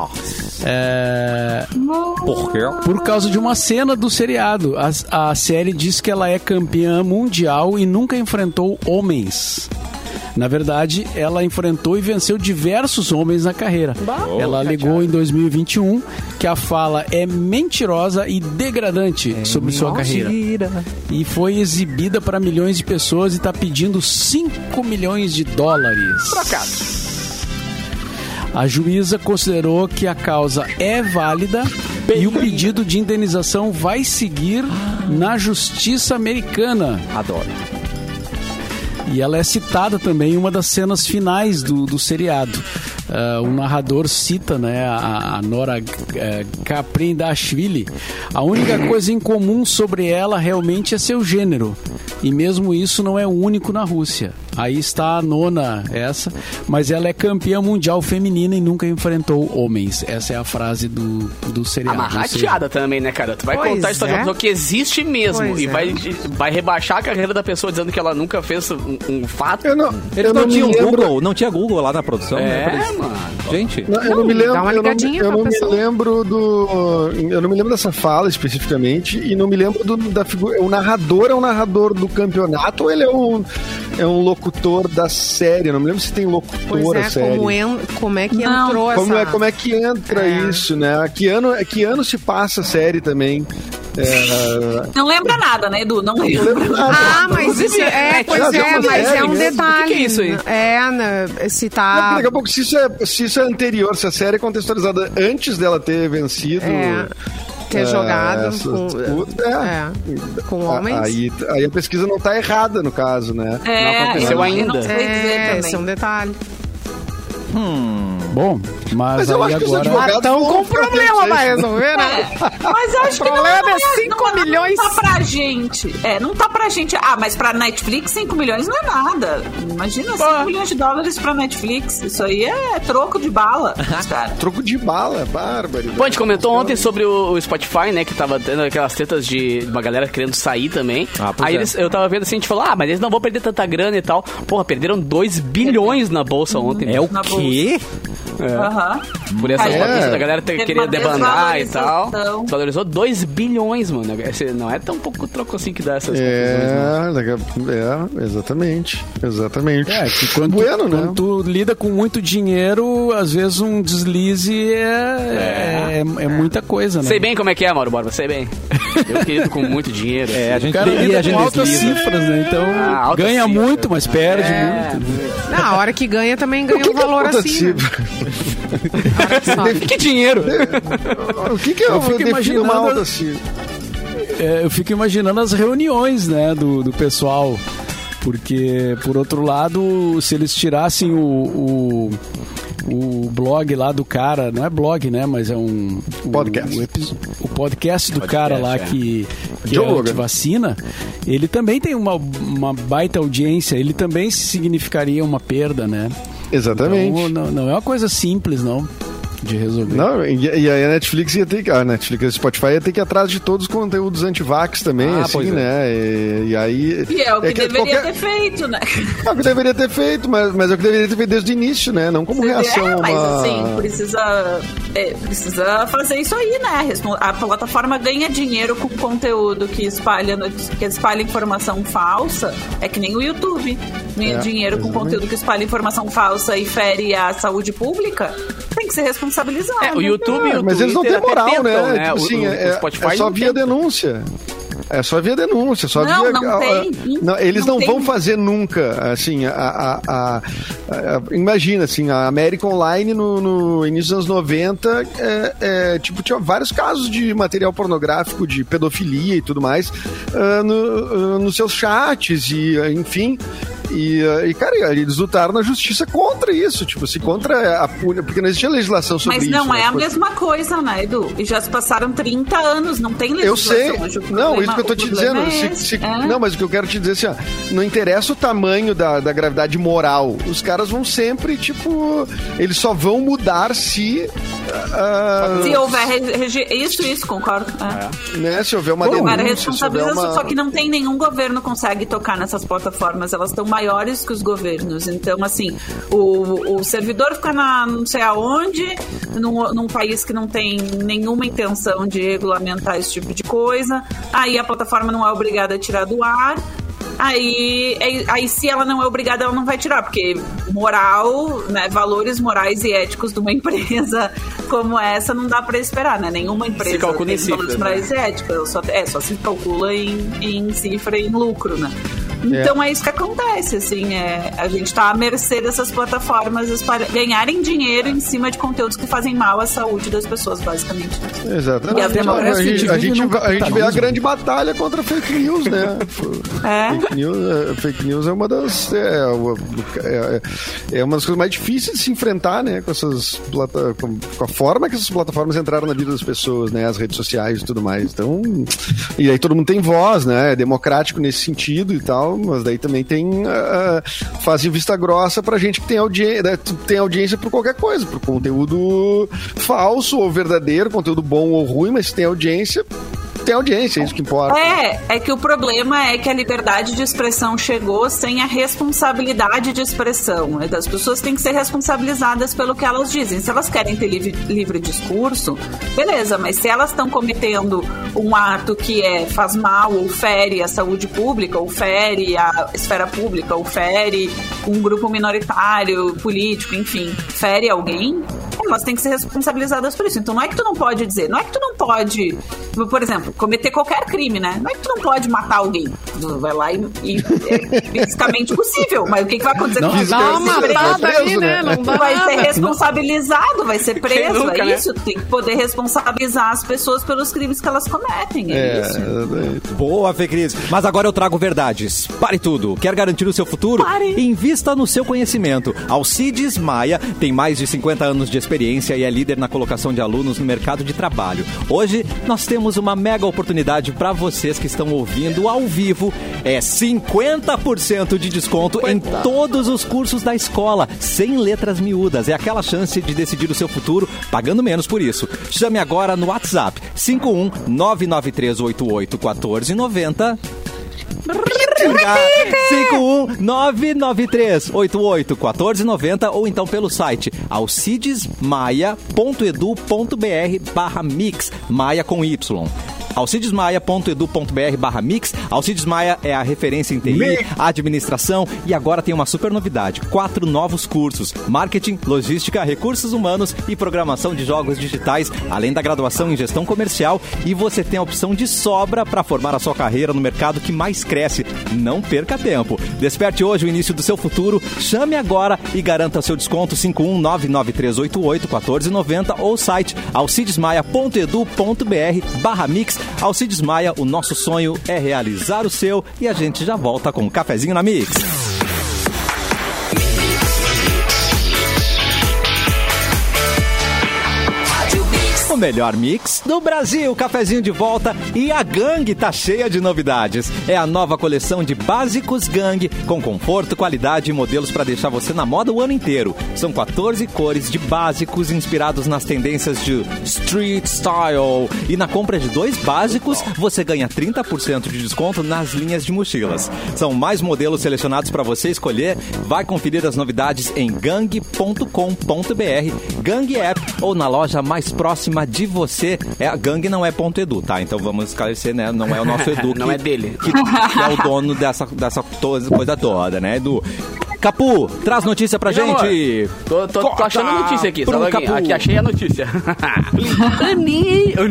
Por quê? Por causa de uma cena do seriado. A série diz que ela é campeã mundial e nunca enfrentou homens. Na verdade, ela enfrentou e venceu diversos homens na carreira. Ela alegou em 2021 que a fala é mentirosa e degradante sobre sua carreira. E foi exibida para milhões de pessoas e está pedindo $5 milhões. Trocado. A juíza considerou que a causa é válida e o pedido de indenização vai seguir na justiça americana. Adoro. E ela é citada também em uma das cenas finais do seriado. o narrador cita, né, a Nora Kaprindashvili. A única coisa em comum sobre ela realmente é seu gênero. E mesmo isso não é único na Rússia. Aí está a nona mas ela é campeã mundial feminina e nunca enfrentou homens. Essa é a frase do seriado. Amarrateada também, né, cara? Tu vai contar a história de uma pessoa que existe mesmo e vai rebaixar a carreira da pessoa dizendo que ela nunca fez um fato. Eles não tinham Google, não tinha Google lá na produção, né? Mano. Gente. Eu não me lembro. Dá uma ligadinha eu não me lembro dessa fala especificamente e não me lembro da figura. O narrador é um narrador do campeonato ou ele é um locutor da série? Eu não me lembro se tem locutor a série. Como é que entrou essa... Como é que entra isso, né? Que ano se passa a série também? Não lembra nada, né, Edu? Não lembra nada. Mas isso mas é um detalhe. O que é isso aí? Se tá... Daqui a pouco, se isso é anterior, se a série é contextualizada antes dela ter vencido... ter jogado com homens. Aí a pesquisa não está errada, no caso, né? Não aconteceu ainda. Esse é um detalhe. Bom, mas eu aí acho que agora... Estão com problema pra resolver, né? Mas eu acho que o problema é 5 milhões. Não tá pra gente. Não tá pra gente. Mas pra Netflix, 5 milhões não é nada. Imagina, 5 milhões de dólares pra Netflix. Isso aí é troco de bala. Troco de bala, bárbaro. Bom, a gente comentou ontem sobre o Spotify, né? Que tava tendo aquelas tretas de uma galera querendo sair também. Aí eu tava vendo assim, a gente falou, mas eles não vão perder tanta grana e tal. Porra, perderam 2 bilhões na bolsa ontem. É o quê? Por essas notícias da galera querer debandar e tal. Valorizou 2 bilhões, mano. Não é tão pouco troco assim que dá essas conclusões. Exatamente. Que quando tu lida com muito dinheiro, às vezes um deslize é muita coisa, né? Sei bem como é que é, Mauro Borba, sei bem. Eu que lido com muito dinheiro. A gente lida com altas cifras, né? Então ganha muito, mas perde muito. A hora que ganha também ganha um valor assim. Que dinheiro! O que eu fico imaginando assim? Eu fico imaginando as reuniões, né, do pessoal. Porque, por outro lado, se eles tirassem o blog lá do cara, não é blog, né, mas é um... Podcast. O podcast do cara lá que é anti-vacina, ele também tem uma baita audiência, ele também significaria uma perda, né? Exatamente. Então, não é uma coisa simples, não, de resolver. Não, e aí a Netflix o Spotify ia ter que ir atrás de todos os conteúdos anti-vax também, né? E aí... E é o que deveria ter feito, né? É o que deveria ter feito, mas é o que deveria ter feito desde o início, né? Não como reação a uma... Mas assim, precisa fazer isso aí, né? A plataforma ganha dinheiro com conteúdo que espalha informação falsa. É que nem o YouTube. Ganha dinheiro com conteúdo que espalha informação falsa e fere a saúde pública. Tem que ser responsabilizado. O YouTube mas eles não têm moral, tentam, né? Tipo assim, o Spotify é só via denúncia. É só via denúncia, eles não vão fazer nunca, assim, imagina, assim, a América Online no início dos anos 90, tipo, tinha vários casos de material pornográfico, de pedofilia e tudo mais, nos seus chats, e enfim... E, cara, eles lutaram na justiça contra isso, tipo, contra a puna, porque não existia legislação sobre isso. Mas não é a mesma coisa, né, Edu? E já se passaram 30 anos, não tem legislação. Eu sei, isso que eu tô te dizendo. Não, mas o que eu quero te dizer assim, não interessa o tamanho da gravidade moral, os caras vão sempre, tipo, eles só vão mudar se houver isso, concordo. Né, se houver uma denúncia, responsabilização, só que não tem nenhum governo que consegue tocar nessas plataformas, elas estão maiores que os governos. Então, assim, o servidor fica não sei aonde, num país que não tem nenhuma intenção de regulamentar esse tipo de coisa. Aí a plataforma não é obrigada a tirar do ar. Aí se ela não é obrigada, ela não vai tirar, porque moral, né, valores morais e éticos de uma empresa como essa não dá pra esperar, né? Nenhuma empresa tem valores morais e éticos, só se calcula em cifra e em lucro, né? Então é isso que acontece, assim, a gente tá à mercê dessas plataformas ganharem dinheiro em cima de conteúdos que fazem mal à saúde das pessoas, basicamente. Exatamente. E a gente vê a grande batalha contra fake news, né? Fake news é uma das uma das coisas mais difíceis de se enfrentar, né? Com a forma que essas plataformas entraram na vida das pessoas, né? As redes sociais e tudo mais. Então, e aí todo mundo tem voz, né? É democrático nesse sentido e tal, mas daí também fazem vista grossa pra gente que tem audiência por qualquer coisa, por conteúdo falso ou verdadeiro, conteúdo bom ou ruim, mas se tem audiência, é isso que importa. É que o problema é que a liberdade de expressão chegou sem a responsabilidade de expressão. As pessoas têm que ser responsabilizadas pelo que elas dizem. Se elas querem ter livre discurso, beleza, mas se elas estão cometendo um ato que faz mal ou fere a saúde pública, ou fere a esfera pública, ou fere um grupo minoritário, político, enfim, fere alguém, elas têm que ser responsabilizadas por isso. Então não é que tu não pode dizer, não é que tu não pode, por exemplo, cometer qualquer crime, né? Não é que tu não pode matar alguém. Tu vai lá e é fisicamente possível. Mas o que vai acontecer com isso? Vai ser responsabilizado, vai ser preso. Nunca, é isso. Né? Tem que poder responsabilizar as pessoas pelos crimes que elas cometem. É isso. Boa, Fê Cris. Mas agora eu trago verdades. Pare tudo. Quer garantir o seu futuro? Pare. Invista no seu conhecimento. Alcides Maia tem mais de 50 anos de experiência e é líder na colocação de alunos no mercado de trabalho. Hoje, nós temos uma mega oportunidade para vocês que estão ouvindo ao vivo. É 50% de desconto em todos os cursos da escola, sem letras miúdas. É aquela chance de decidir o seu futuro pagando menos por isso. Chame agora no WhatsApp 51-99388-1490. 51-993-88-1490 ou então pelo site alcidesmaia.edu.br/mix, Maia com Y. alcidesmaia.edu.br/mix. Alcides Maia é a referência em TI, administração e agora tem uma super novidade. 4 novos cursos: marketing, logística, recursos humanos e programação de jogos digitais, além da graduação em gestão comercial, e você tem a opção de sobra para formar a sua carreira no mercado que mais cresce. Não perca tempo. Desperte hoje o início do seu futuro. Chame agora e garanta seu desconto 51-99388-1490 ou site alcidesmaia.edu.br/mix. Alcides Maia, o nosso sonho é realizar o seu, e a gente já volta com um cafezinho na Mix. O melhor mix do Brasil, cafezinho de volta, e a Gang tá cheia de novidades. É a nova coleção de básicos Gang, com conforto, qualidade e modelos para deixar você na moda o ano inteiro. São 14 cores de básicos inspirados nas tendências de street style. E na compra de 2 básicos, você ganha 30% de desconto nas linhas de mochilas. São mais modelos selecionados para você escolher. Vai conferir as novidades em gang.com.br, Gang App ou na loja mais próxima de você. A Gang não é .edu, tá? Então vamos esclarecer, né? Não é o nosso Edu. Não é dele. Que é o dono dessa coisa toda, né, Edu? Capu, traz notícia pra gente. Tô achando a notícia aqui. Aqui achei a notícia. Anira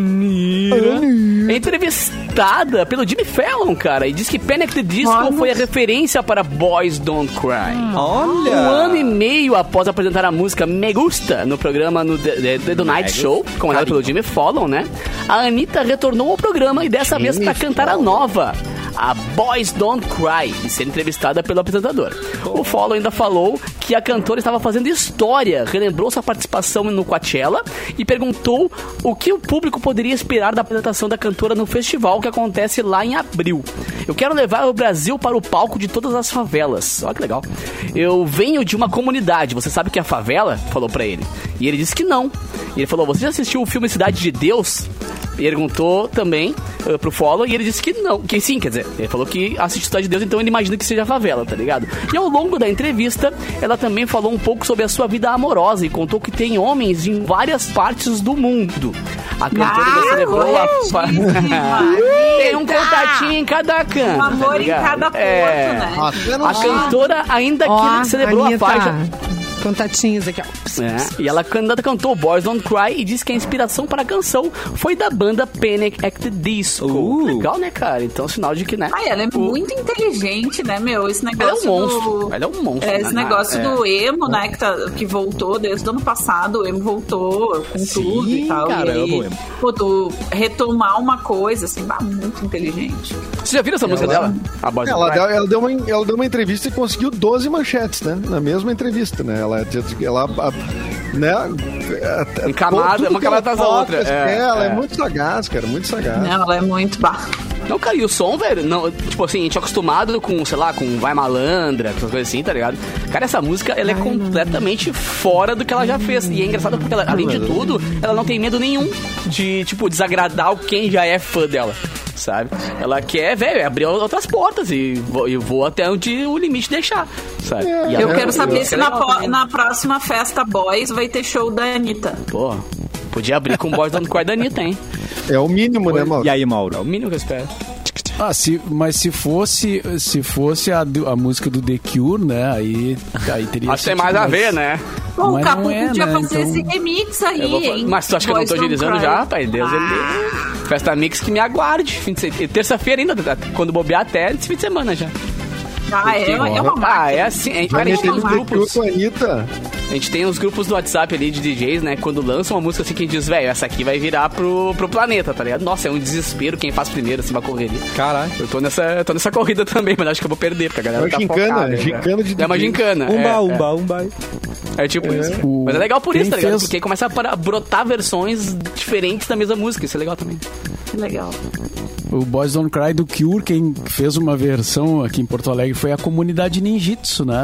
é entrevistada pelo Jimmy Fallon, cara, e diz que Panic! The Disco foi a referência para Boys Don't Cry. Olha! 1 ano e meio após apresentar a música Me Gusta no programa no The Night Show, comandado pelo Jimmy Fallon, né? A Anitta retornou ao programa e dessa vez para cantar a nova, a Boys Don't Cry, e ser entrevistada pelo apresentador. O Fallon ainda falou que a cantora estava fazendo história, relembrou sua participação no Coachella e perguntou o que o público poderia esperar da apresentação da cantora no festival que acontece lá em abril. Eu quero levar o Brasil para o palco de todas as favelas. Olha que legal. Eu venho de uma comunidade, você sabe que é a favela? Falou pra ele. E ele disse que não. E ele falou, você já assistiu o filme Cidade de Deus? Perguntou também pro Fallon e ele disse que não, que sim, quer dizer, ele falou que assiste Cidade de Deus, então ele imagina que seja favela, tá ligado? E ao longo da entrevista, ela também falou um pouco sobre a sua vida amorosa e contou que tem homens em várias partes do mundo. A cantora celebrou tem um contatinho em cada canto. Um amor, tá em cada ponto, né? A cantora ainda celebrou a faixa. Contatinhos aqui, ó. E ela cantou Boys Don't Cry e disse que a inspiração para a canção foi da banda Panic! At the Disco. Legal, né, cara? Então, sinal de que, né? Ela é muito inteligente, né, meu? Esse negócio Ela é um monstro. Esse negócio do emo, né, que voltou desde o ano passado. O emo voltou com tudo e tal. Cara, e aí, tu retomar uma coisa, assim, muito inteligente. Você já viu essa música dela? A Boys Don't Cry? Ela deu uma entrevista e conseguiu 12 manchetes, né? Na mesma entrevista, né? Ela né? Encamada, uma camada atrás da outra. Ela é muito sagaz, cara, muito sagaz. Não, ela é muito Não, cara, e o som, velho, não, tipo assim, a gente é acostumado com, sei lá, com Vai Malandra, essas coisas assim, tá ligado? Cara, essa música, ela é completamente fora do que ela já fez. E é engraçado porque, ela, além de tudo, ela não tem medo nenhum de, tipo, desagradar quem já é fã dela, sabe? Ela quer, velho, abrir outras portas e vou até onde o limite deixar, sabe? Eu quero saber se na próxima festa Boys vai ter show da Anitta. Pô, podia abrir com Boys Don't Cry da Anitta, hein? É o mínimo, né, Mauro? E aí, Mauro? É o mínimo que eu espero. Mas se fosse a música do The Cure, né, aí teria... Acho que tem mais a ver, né? Bom, o Capu podia fazer esse remix aí, hein? Mas tu acha que eu não tô agilizando já, rapaz? Deus, Festa Mix que me aguarde. Terça-feira ainda, quando bobear até esse fim de semana já. É uma máquina. É assim. A gente tem uns grupos. A gente tem uns grupos do WhatsApp ali de DJs, né? Quando lançam uma música assim que diz, velho, essa aqui vai virar pro planeta, tá ligado? Nossa, é um desespero quem faz primeiro, assim, uma correria. Caralho. Eu tô nessa corrida também, mas acho que eu vou perder, porque a galera tá focada. Gincana de DJ. É uma gincana. Umba. É tipo isso. Mas é legal por isso, tá ligado? Porque aí começa a brotar versões diferentes da mesma música. Isso é legal também. Legal. O Boys Don't Cry do Cure, quem fez uma versão aqui em Porto Alegre foi a comunidade ninjitsu, né?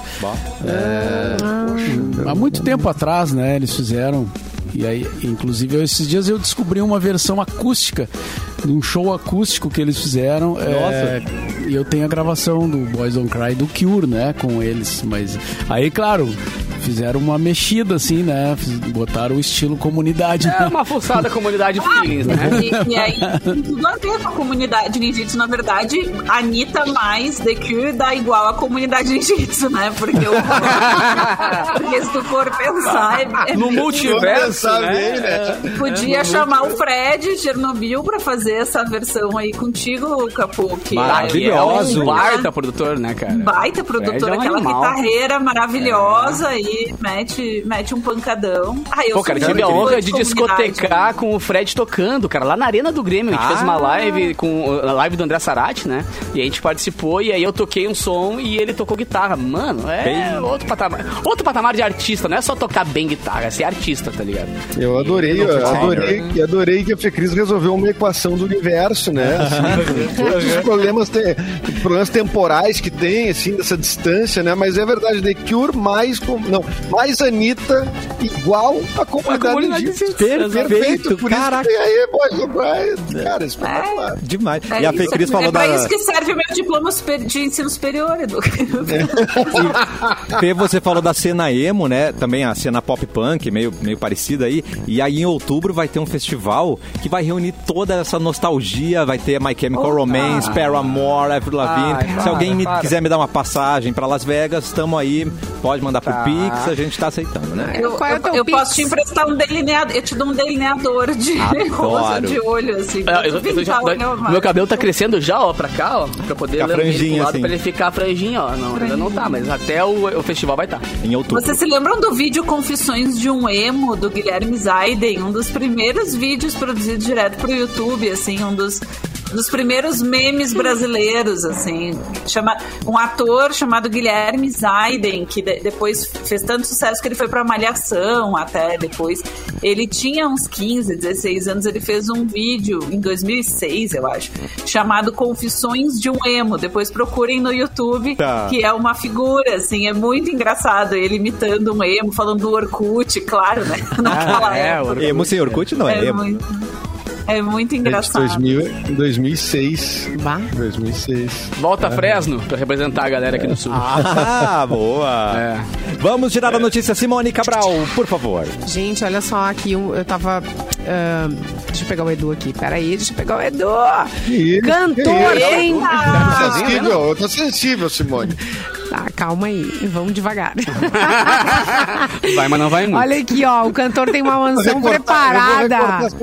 Há muito tempo atrás, né? Eles fizeram. E aí, inclusive, esses dias eu descobri uma versão acústica de um show acústico que eles fizeram. E eu tenho a gravação do Boys Don't Cry do Cure, né? Com eles. Mas aí, claro, fizeram uma mexida, assim, né? Botaram o estilo comunidade. Uma fuçada comunidade feelings, né? E aí, tudo a ver com a comunidade ninjitsu. Na verdade, Anitta mais The Cure dá igual a comunidade ninjitsu, né? Porque se tu for pensar... no multiverso, né? Podia chamar o Fred Chernobyl pra fazer essa versão aí contigo, Capu. Maravilhoso. É um baita produtor, né, cara? Baita produtor, aquela guitarreira maravilhosa e mete um pancadão. Pô, cara, tive a honra de discotecar com o Fred tocando, cara, lá na Arena do Grêmio. A gente fez uma live com a live do André Sarati, né? E a gente participou e aí eu toquei um som e ele tocou guitarra. Mano, outro patamar. Outro patamar de artista, não é só tocar bem guitarra, é ser artista, tá ligado? Eu adorei que a Fecris resolveu uma equação do universo, né? Assim, todos os problemas temporais que tem, assim, dessa distância, né? Mas é verdade, The Cure mais Anitta igual a comunidade perfeito. Por caraca. Isso que aí, cara, espetacular. Demais. E a Fecris falou pra isso que serve meu diploma de ensino superior, Edu. Fê, você falou da cena emo, né? Também a cena pop punk, meio parecida aí. E aí em outubro vai ter um festival que vai reunir toda essa nostalgia. Vai ter My Chemical Romance, Paramore, Avril Lavigne. Se alguém quiser me dar uma passagem pra Las Vegas, estamos aí. Pode mandar pro Pix, a gente tá aceitando, né? Eu posso te emprestar um delineador. Eu te dou um delineador de rosa de olho, assim. Meu cabelo tá crescendo já, ó, pra cá, ó. Pra poder ler ele assim. Pra ele ficar franjinho, ó. Não, ainda não tá, mas até o festival vai estar. Em outubro. Vocês se lembram do vídeo Confissões de um Emo, do Guilherme Zaiden? Um dos primeiros vídeos produzidos direto pro YouTube, assim, um dos primeiros memes brasileiros, assim. Um ator chamado Guilherme Zaiden, que depois fez tanto sucesso que ele foi pra Malhação até depois. Ele tinha uns 15, 16 anos, ele fez um vídeo em 2006, eu acho, chamado Confissões de um Emo. Depois procurem no YouTube, que é uma figura, assim, é muito engraçado. Ele imitando um emo, falando do Orkut, claro, né? Naquela época. Emo sem Orkut não é emo. É muito engraçado. 2006. 2006. Volta a Fresno pra representar a galera aqui do Sul. Boa. Vamos tirar a notícia, Simone Cabral, por favor. Gente, olha só, aqui eu tava Deixa eu pegar o Edu aqui. Peraí, deixa eu pegar o Edu. Cantor tem... Eu tô sensível, Simone. Tá, calma aí. Vamos devagar. Vai, mas não vai muito. Olha aqui, ó. O cantor tem uma mansão preparada.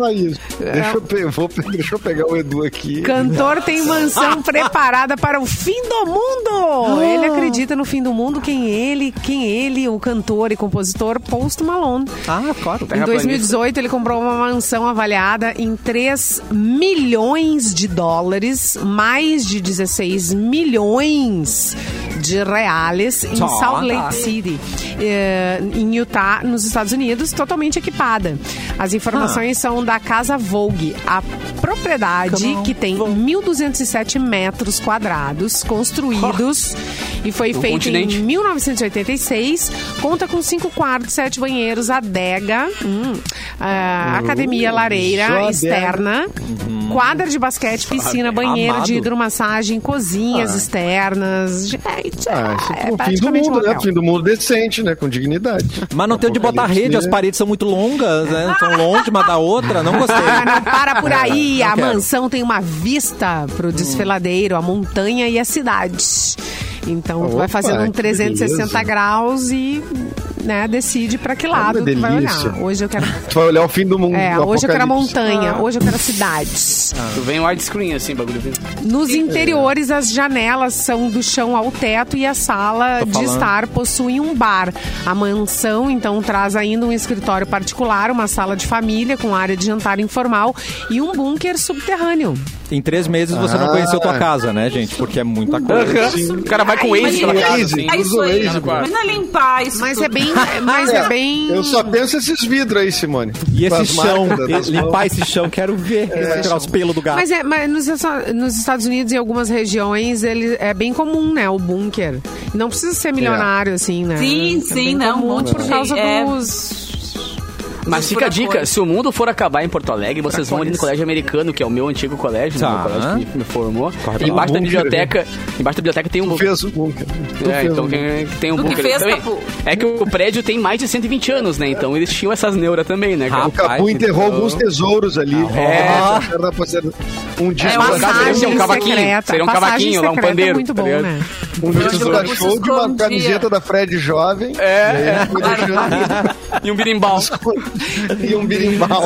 Deixa eu pegar o Edu aqui. Cantor tem mansão preparada para o fim do mundo. Ele acredita no fim do mundo. Quem ele, o cantor e compositor Post Malone. Claro. Em 2018, ele comprou uma mansão avaliada em 3 milhões de dólares, mais de 16 milhões de reais em Salt Lake City, em Utah, nos Estados Unidos, totalmente equipada. As informações são da Casa Vogue. A propriedade, que tem 1.207 metros quadrados construídos e foi feita em 1986, conta com 5 quartos, 7 banheiros, adega, academia, lareira externa, quadra de basquete, piscina, banheiro de hidromassagem, cozinhas externas. Fim do mundo, né? Fim do mundo decente, né? Com dignidade. Mas não tem onde botar rede, as paredes são muito longas, né? São longe uma da outra, não gostei. Não para por aí, a mansão tem uma vista pro desfiladeiro, a montanha e a cidade. Então, tu vai fazendo um 360 graus e decide pra que lado tu vai olhar. Hoje eu quero... Tu vai olhar o fim do mundo. Hoje eu quero a montanha, hoje eu quero a cidade. Tu vem widescreen, assim, bagulho. Nos interiores, as janelas são do chão ao teto e a sala de estar possui um bar. A mansão, então, traz ainda um escritório particular, uma sala de família com área de jantar informal e um bunker subterrâneo. Em 3 meses você não conheceu tua casa, né, gente? Porque é muita coisa. O cara vai com o Waze pela casa, assim. Imagina limpar isso. Mas é bem... Eu só penso esses vidros aí, Simone. E esse chão, limpar esse chão, quero ver. Tirar os pelos do gato. Mas nos Estados Unidos e algumas regiões, é bem comum, né, o bunker. Não precisa ser milionário, assim, né? Sim, não. Por causa dos... Mas fica a dica, se o mundo for acabar em Porto Alegre, vocês vão ali no colégio americano, que é o meu antigo colégio, meu colégio que me formou. Embaixo da biblioteca tem um bunker. Fez o bunker. Então tem um bunker também. É que o prédio tem mais de 120 anos, né? Então eles tinham essas neuras também, né? O Capu enterrou alguns tesouros ali. Um dia seria um cavaquinho. Seria um cavaquinho lá, um pandeiro. Muito bom, né? Um vestido da show de uma camiseta da Fred jovem. E um birimbau. E um birimbau.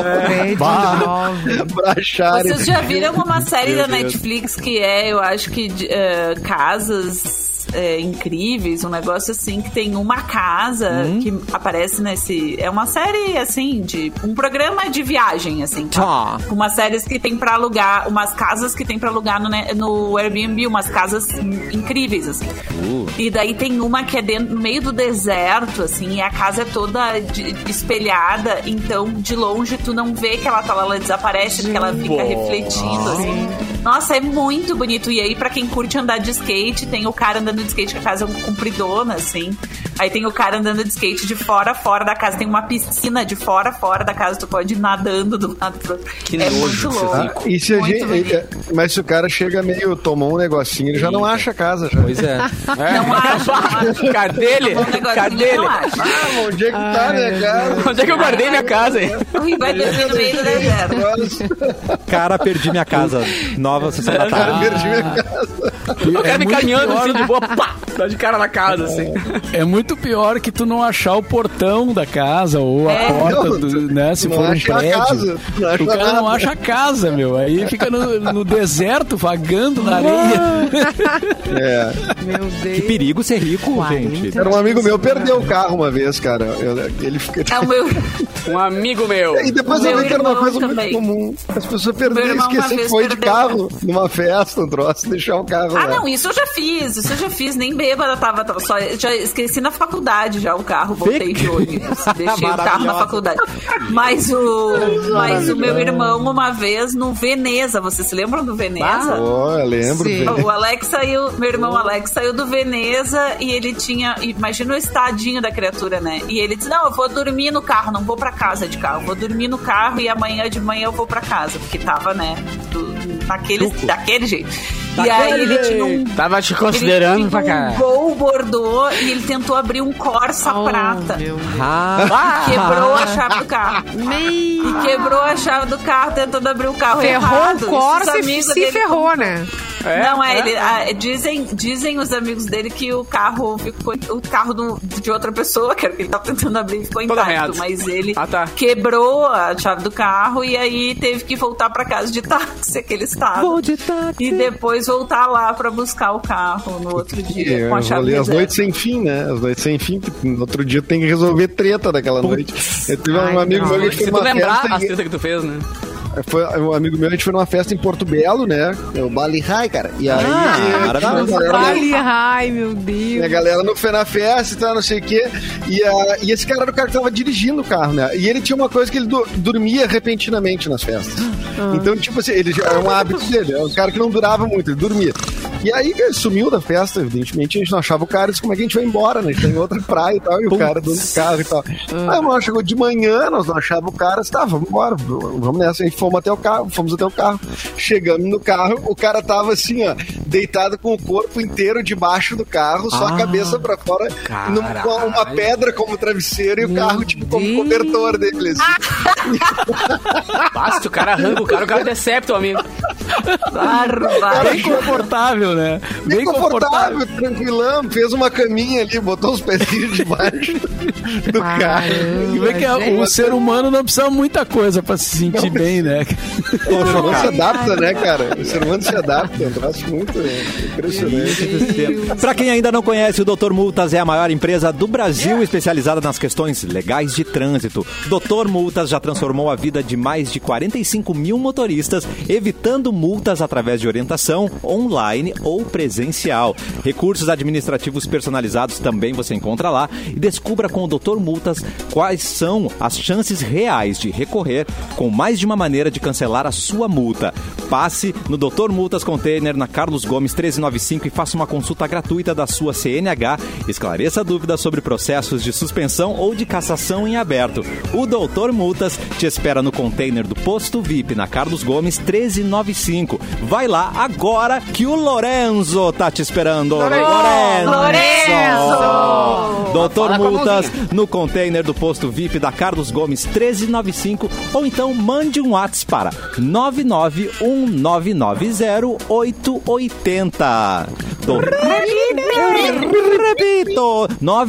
Vocês já viram uma série da Netflix que eu acho que casas incríveis, um negócio assim, que tem uma casa que aparece nesse... É uma série, assim, de... Um programa de viagem, assim, tá? Umas séries que tem pra alugar, umas casas que tem pra alugar no Airbnb, umas casas incríveis, assim. E daí tem uma que é no meio do deserto, assim, e a casa é toda espelhada, então, de longe, tu não vê que ela tá lá, ela desaparece, porque ela fica refletindo, assim. Nossa, é muito bonito. E aí, pra quem curte andar de skate, tem o cara andando de skate, que a casa é compridona, assim. Aí tem o cara andando de skate de fora a fora da casa. Tem uma piscina de fora a fora da casa. Tu pode ir nadando do lado pro outro. Que nojo, muito louco. E se mas se o cara chega meio, tomou um negocinho, ele já não acha a casa. Já. Pois é. Não acha. Cadê ele? Onde é que tá, né, cara? Onde é que eu guardei minha casa aí? Vai descer no meio do deserto. Cara, perdi minha casa. Nova sessão da tarde. Perdi minha casa. Eu quero me caminhando assim de boa, pá, dá de cara na casa, assim. É muito pior que tu não achar o portão da casa ou a porta, né? Se for um prédio. O cara não acha a casa, meu. Aí fica no deserto, vagando na areia. Meu Deus. Que perigo ser rico, gente. Era um amigo meu, perdeu o carro uma vez, cara. Ele fica... Um amigo meu. E depois eu vi que era uma coisa muito comum. As pessoas perderam, esquecer que foi de carro numa festa, um troço, deixar o carro lá. Não, isso eu já fiz, nem bêbada tava só, já esqueci na faculdade já o carro, voltei de ônibus, deixei o carro na faculdade. Mas o meu irmão uma vez no Veneza, vocês se lembram do Veneza? Eu lembro. O Alex saiu, meu irmão Alex saiu do Veneza e ele tinha, imagina o estadinho da criatura, né? E ele disse, não, eu vou dormir no carro, não vou pra casa de carro, vou dormir no carro e amanhã de manhã eu vou pra casa, porque tava, né, daquele jeito. E aí ele tinha Tava te considerando pra cá. Um Gol Bordeaux e ele tentou abrir um Corsa prata. Quebrou a chave do carro. E quebrou a chave do carro tentando abrir o carro errado. Ferrou o Corsa e se ferrou, né? Dizem os amigos dele que o carro de outra pessoa, que era o que ele tava tentando abrir, ficou intacto, mas ele quebrou a chave do carro e aí teve que voltar pra casa de táxi, aquele estado. Vou de táxi. E depois voltar lá pra buscar o carro no outro dia com a chave reserva. As noites sem fim, né? As noites sem fim, no outro dia tem que resolver treta daquela noite. Eu tive um amigo meu que fez uma festa. Lembrar as tretas que tu fez, né? Um amigo meu, a gente foi numa festa em Porto Belo, né? É o Bali High, cara. E aí. Bali High, meu Deus. E a galera não foi na festa e tal, não sei o quê. E esse cara era o cara que tava dirigindo o carro, né? E ele tinha uma coisa que ele dormia repentinamente nas festas. Então, tipo assim, ele era um hábito dele. É um cara que não durava muito, ele dormia. E aí ele sumiu da festa, evidentemente, a gente não achava o cara, disse, como é que a gente vai embora, né? A gente tá em outra praia e tal, e o cara dono do carro e tal. Aí nós chegou de manhã, nós não achávamos o cara, disse, tá, vamos embora, vamos nessa. A gente fomos até o carro, chegamos no carro, o cara tava assim, ó, deitado com o corpo inteiro debaixo do carro, só a cabeça pra fora, com uma pedra como travesseiro e o carro, tipo, como cobertor dele. Basta, o cara arranca o cara decepta, amigo. Bem confortável, né? Bem confortável, tranquilão. Fez uma caminha ali, botou os pezinhos debaixo do carro. E vê que o ser humano não precisa muita coisa pra se sentir bem, né? O ser humano se adapta, né, cara? O ser humano se adapta. Eu acho muito impressionante. Pra quem ainda não conhece, o Dr. Multas é a maior empresa do Brasil especializada nas questões legais de trânsito. Dr. Multas já transformou a vida de mais de 45 mil motoristas, evitando multas através de orientação online ou presencial. Recursos administrativos personalizados também você encontra lá e descubra com o Dr. Multas quais são as chances reais de recorrer com mais de uma maneira de cancelar a sua multa. Passe no Dr. Multas Container na Carlos Gomes 1395 e faça uma consulta gratuita da sua CNH. Esclareça dúvidas sobre processos de suspensão ou de cassação em aberto. O Dr. Multas te espera no container do Posto VIP na Carlos Gomes 1395. Vai lá agora que o Lorenzo tá te esperando. Lorenzo! Dr. Multas no container do Posto VIP da Carlos Gomes 1395 ou então mande um WhatsApp para 991990880. Repito,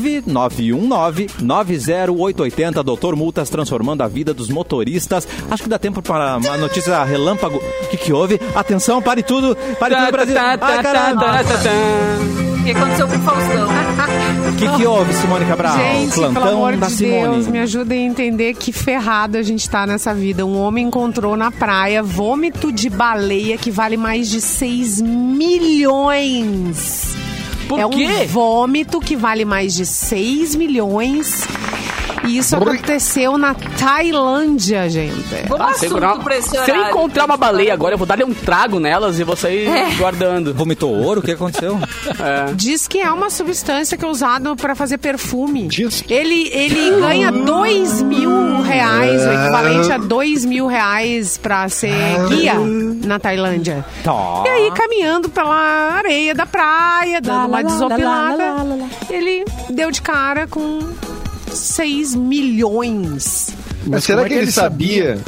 991990880. Dr. Multas transformando a vida dos motoristas. Acho que dá tempo para uma notícia relâmpago. O que houve? Atenção, pare tudo, Brasil. Ai, caralho. O que aconteceu com o Faustão? O que houve, Simone Cabral? Gente, Plantão pelo amor da de Simone. Deus, me ajudem a entender que ferrado a gente tá nessa vida. Um homem encontrou na praia vômito de baleia que vale mais de 6 milhões. Por quê? Um vômito que vale mais de 6 milhões. E isso aconteceu na Tailândia, gente. Se eu encontrar uma baleia agora, eu vou dar-lhe um trago nelas e vou sair guardando. Vomitou ouro? O que aconteceu? Diz que é uma substância que é usada para fazer perfume. Ele ganha 2 mil reais, o equivalente a 2 mil reais pra ser guia na Tailândia. E aí, caminhando pela areia da praia, dando uma desopilada, ele deu de cara com 6 milhões. Mas será que ele sabia?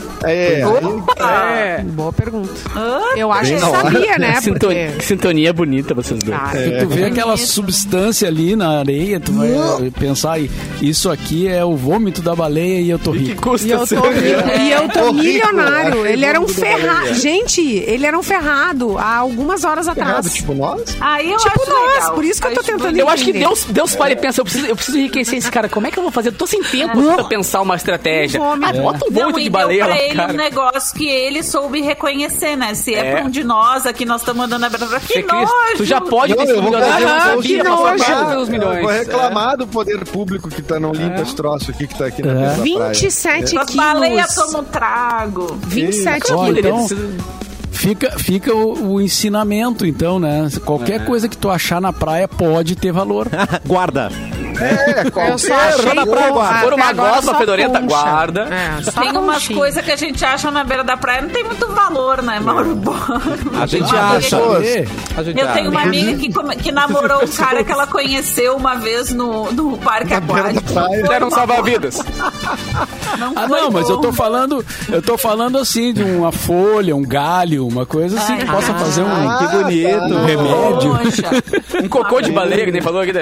Boa pergunta. Eu acho que ele sabia, né? Porque... Sintonia bonita vocês dois. Tu vê aquela substância ali na areia, tu vai pensar, isso aqui é o vômito da baleia e eu tô rico. E eu tô milionário. Ele era um ferrado. Gente, ele era um ferrado há algumas horas atrás. Tipo nós? Aí eu tipo acho nós, legal. por isso que eu tô tentando entender. Eu acho que Deus para e pensa, eu preciso enriquecer esse cara. Como é que eu vou fazer? Eu tô sem tempo pra pensar uma estratégia. Bota um vômito de baleia lá, ele cara. Um negócio que ele soube reconhecer, né? Se é pra um de nós aqui, nós estamos mandando a verdade. Que nojo! Tu já pode ter eu vou milhões. Vou reclamar do poder público que tá não limpa esse troço aqui, que tá aqui na mesa da praia. 27 quilos. As baleias tomam trago. 27 quilos. Então, fica o ensinamento, então, né? Qualquer coisa que tu achar na praia pode ter valor. Guarda. Eu só achei na praia, guarda. Por uma gosma fedorenta, guarda. Tem umas coisas que a gente acha na beira da praia, não tem muito valor, né, Mauro? A gente acha. Eu tenho uma amiga que namorou um cara que ela conheceu uma vez no parque aquático. Era um salva-vidas. Não, mas eu tô falando assim, de uma folha, um galho, uma coisa assim, que possa fazer um... Que bonito. Um remédio. Um cocô de baleia, que nem falou aqui.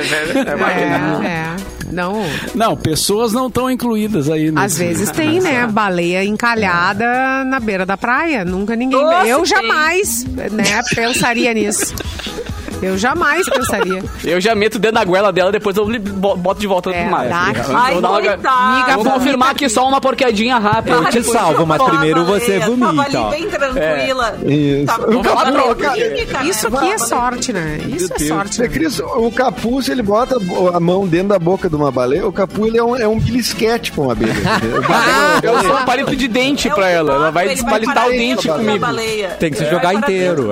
Não, pessoas não estão incluídas aí. Às vezes tem, né? Baleia encalhada na beira da praia. Nunca ninguém... Eu jamais, né, pensaria nisso. Eu jamais pensaria. Eu já meto dentro da goela dela, depois eu boto de volta no mar. Vou confirmar aqui só uma porcadinha rápida. Eu te salvo, mas primeiro você vomita. Tava ali bem tranquila. Isso aqui é sorte, né? Isso é sorte. Né? Cris, o Capu, se ele bota a mão dentro da boca de uma baleia, o Capu ele é um belisquete pra uma abelha. Eu sou um palito de dente pra ela. Ela vai despalitar o dente comigo. Tem que se jogar inteiro.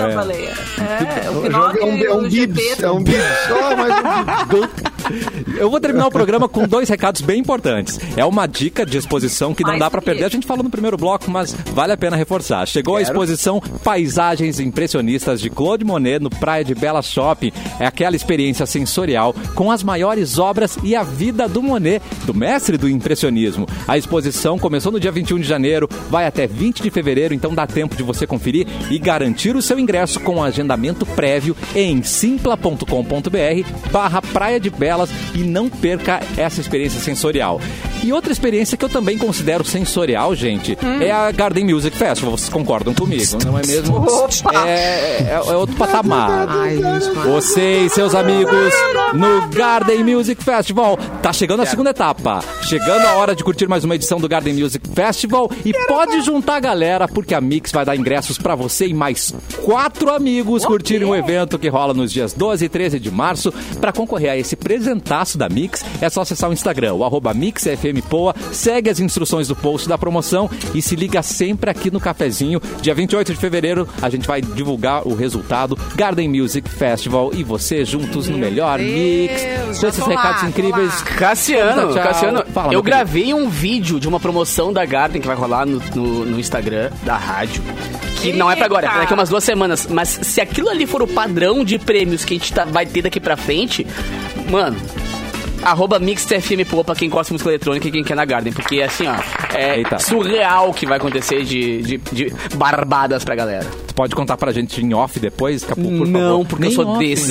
É um bibs só, mas um bibs. Eu vou terminar o programa com 2 recados bem importantes. É uma dica de exposição que não dá pra perder. A gente falou no primeiro bloco, mas vale a pena reforçar. Chegou a exposição Paisagens Impressionistas de Claude Monet no Praia de Belas Shopping. É aquela experiência sensorial com as maiores obras e a vida do Monet, do mestre do impressionismo. A exposição começou no dia 21 de janeiro, vai até 20 de fevereiro, então dá tempo de você conferir e garantir o seu ingresso com agendamento prévio em simpla.com.br/Praia de Belas e não perca essa experiência sensorial. E outra experiência que eu também considero sensorial, gente, é a Garden Music Festival. Vocês concordam comigo, não é mesmo? É outro patamar. Você e seus amigos no Garden Music Festival. Tá chegando a segunda etapa. Chegando a hora de curtir mais uma edição do Garden Music Festival e pode juntar a galera, porque a Mix vai dar ingressos pra você e mais 4 amigos curtirem o evento que rola nos dias 12 e 13 de março. Pra concorrer a esse presentaço da Mix, é só acessar o Instagram, o @MixFMPoa, segue as instruções do post da promoção e se liga sempre aqui no cafezinho. Dia 28 de fevereiro, a gente vai divulgar o resultado, Garden Music Festival e você juntos no melhor Mix. Com esses recados incríveis. Cassiano, fala, eu gravei um vídeo de uma promoção da Garden que vai rolar no Instagram da rádio. Que não é pra agora, é daqui a umas 2 semanas. Mas se aquilo ali for o padrão de prêmios que a gente vai ter daqui pra frente, mano, @MixFMPoa pra quem gosta de música eletrônica e quem quer na Garden. Porque assim, ó, surreal o que vai acontecer de barbadas pra galera. Tu pode contar pra gente em off depois, Capu, por favor? Não, porque eu sou desse.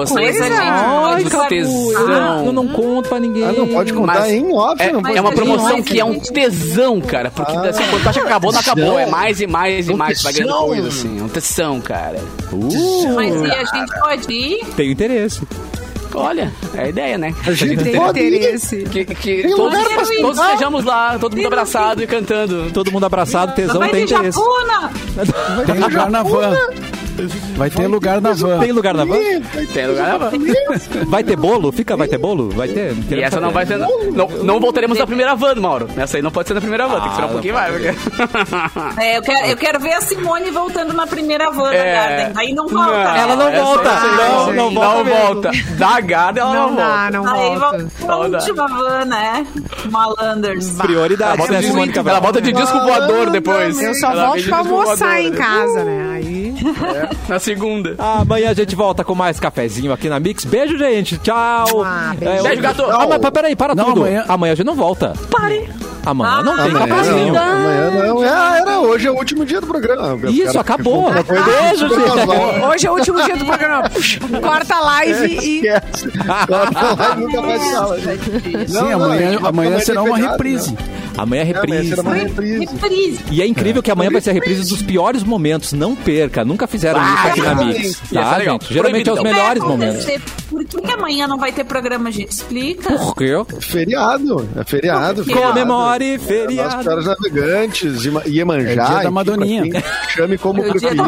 Eu não conto pra ninguém. Não pode contar em off. É uma promoção que é um tesão, cara. Porque assim, quando tu acha que acabou, não acabou. É mais e mais e mais. Vai ganhando coisa, assim. É um tesão, cara. Mas e a gente pode ir? Tenho interesse. Olha, é a ideia, né? A gente tem interesse. Que todos estejamos lá, todo mundo abraçado e cantando. Todo mundo abraçado, tesão, tem interesse. Tem lugar na van. Vai ter lugar na van. Tem lugar na van? Tem lugar na van. Vai ter bolo? Vai ter bolo? Vai ter? E essa não vai ter. Não voltaremos na primeira van, Mauro. Essa aí não pode ser na primeira van, tem que esperar um pouquinho mais. Eu quero ver a Simone voltando na primeira van da Garden. Aí não volta. Ela não volta. Não volta. Da Garden ela não volta. Não volta. Aí volta a última van, né? Malanders. Prioridades, né, Simone Cabral? Ela volta de disco voador depois. Eu só volto pra almoçar em casa, né? Aí... na segunda. Amanhã a gente volta com mais cafezinho aqui na Mix. Beijo, gente. Tchau. Beijo, gato. Mas peraí, para tudo. Amanhã a gente não volta. Pare. Amanhã não tem cafezinho. Amanhã não. Hoje é o último dia do programa. Isso, acabou. Beijo, gente. Hoje é o último dia do programa. Corta a live e... Corta a live e nunca mais fala. Sim, amanhã será uma reprise. Amanhã é reprise. Reprise. E é incrível que amanhã vai ser a reprise dos piores momentos. Não perca. Nunca fizeram isso aqui na Mix. Tá, gente? Geralmente é os melhores momentos. Por que amanhã não vai ter programa, gente? Explica. Por quê? Feriado. É feriado. Comemore feriado. Os caras navegantes, Iemanjá. É dia da Madoninha. Chame como preferir.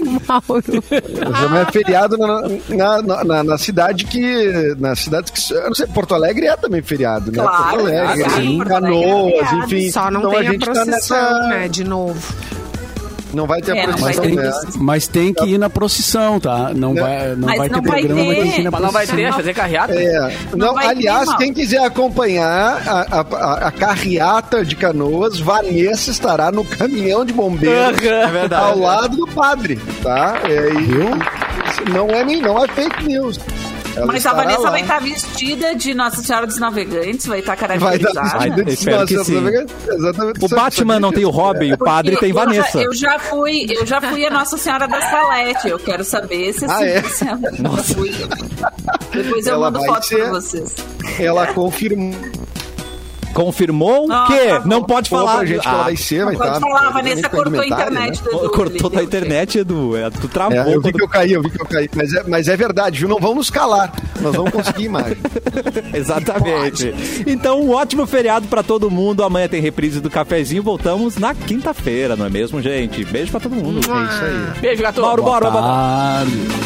É feriado na cidade que... Na cidade que... Eu não sei, Porto Alegre é também feriado, né? Claro, Porto Alegre, sim. Canoas, enfim. Só não então tem a procissão, né? De novo. Não vai ter a procissão. Mas tem que ir na procissão, tá? Não vai ter programa, mas tem que ir na procissão. Não vai ter, fazer carreata? Aliás, quem quiser acompanhar a carreata de Canoas, Vanessa estará no caminhão de bombeiros ao lado do padre, tá? Não é fake news. Mas a Vanessa vai estar vestida de Nossa Senhora dos Navegantes, vai estar caracterizada. Espero que sim. Exatamente. O Batman não tem o Robin, o padre tem Vanessa. Eu já fui a Nossa Senhora da Salete. Eu quero saber se Nossa. Depois eu mando foto pra vocês. Ela confirmou. Confirmou o quê? Não pode falar. Pra gente que ela vai ser, vai estar. Falar, a Vanessa cortou a internet do Edu. Cortou a internet, Edu. Tu travou. Eu vi que eu caí. Mas é verdade, viu? Não vão nos calar. Nós vamos conseguir imagem. Exatamente. Então, um ótimo feriado pra todo mundo. Amanhã tem reprise do Cafezinho. Voltamos na quinta-feira, não é mesmo, gente? Beijo pra todo mundo. É isso aí. Beijo, gato. Mauro, bora. Boa tarde.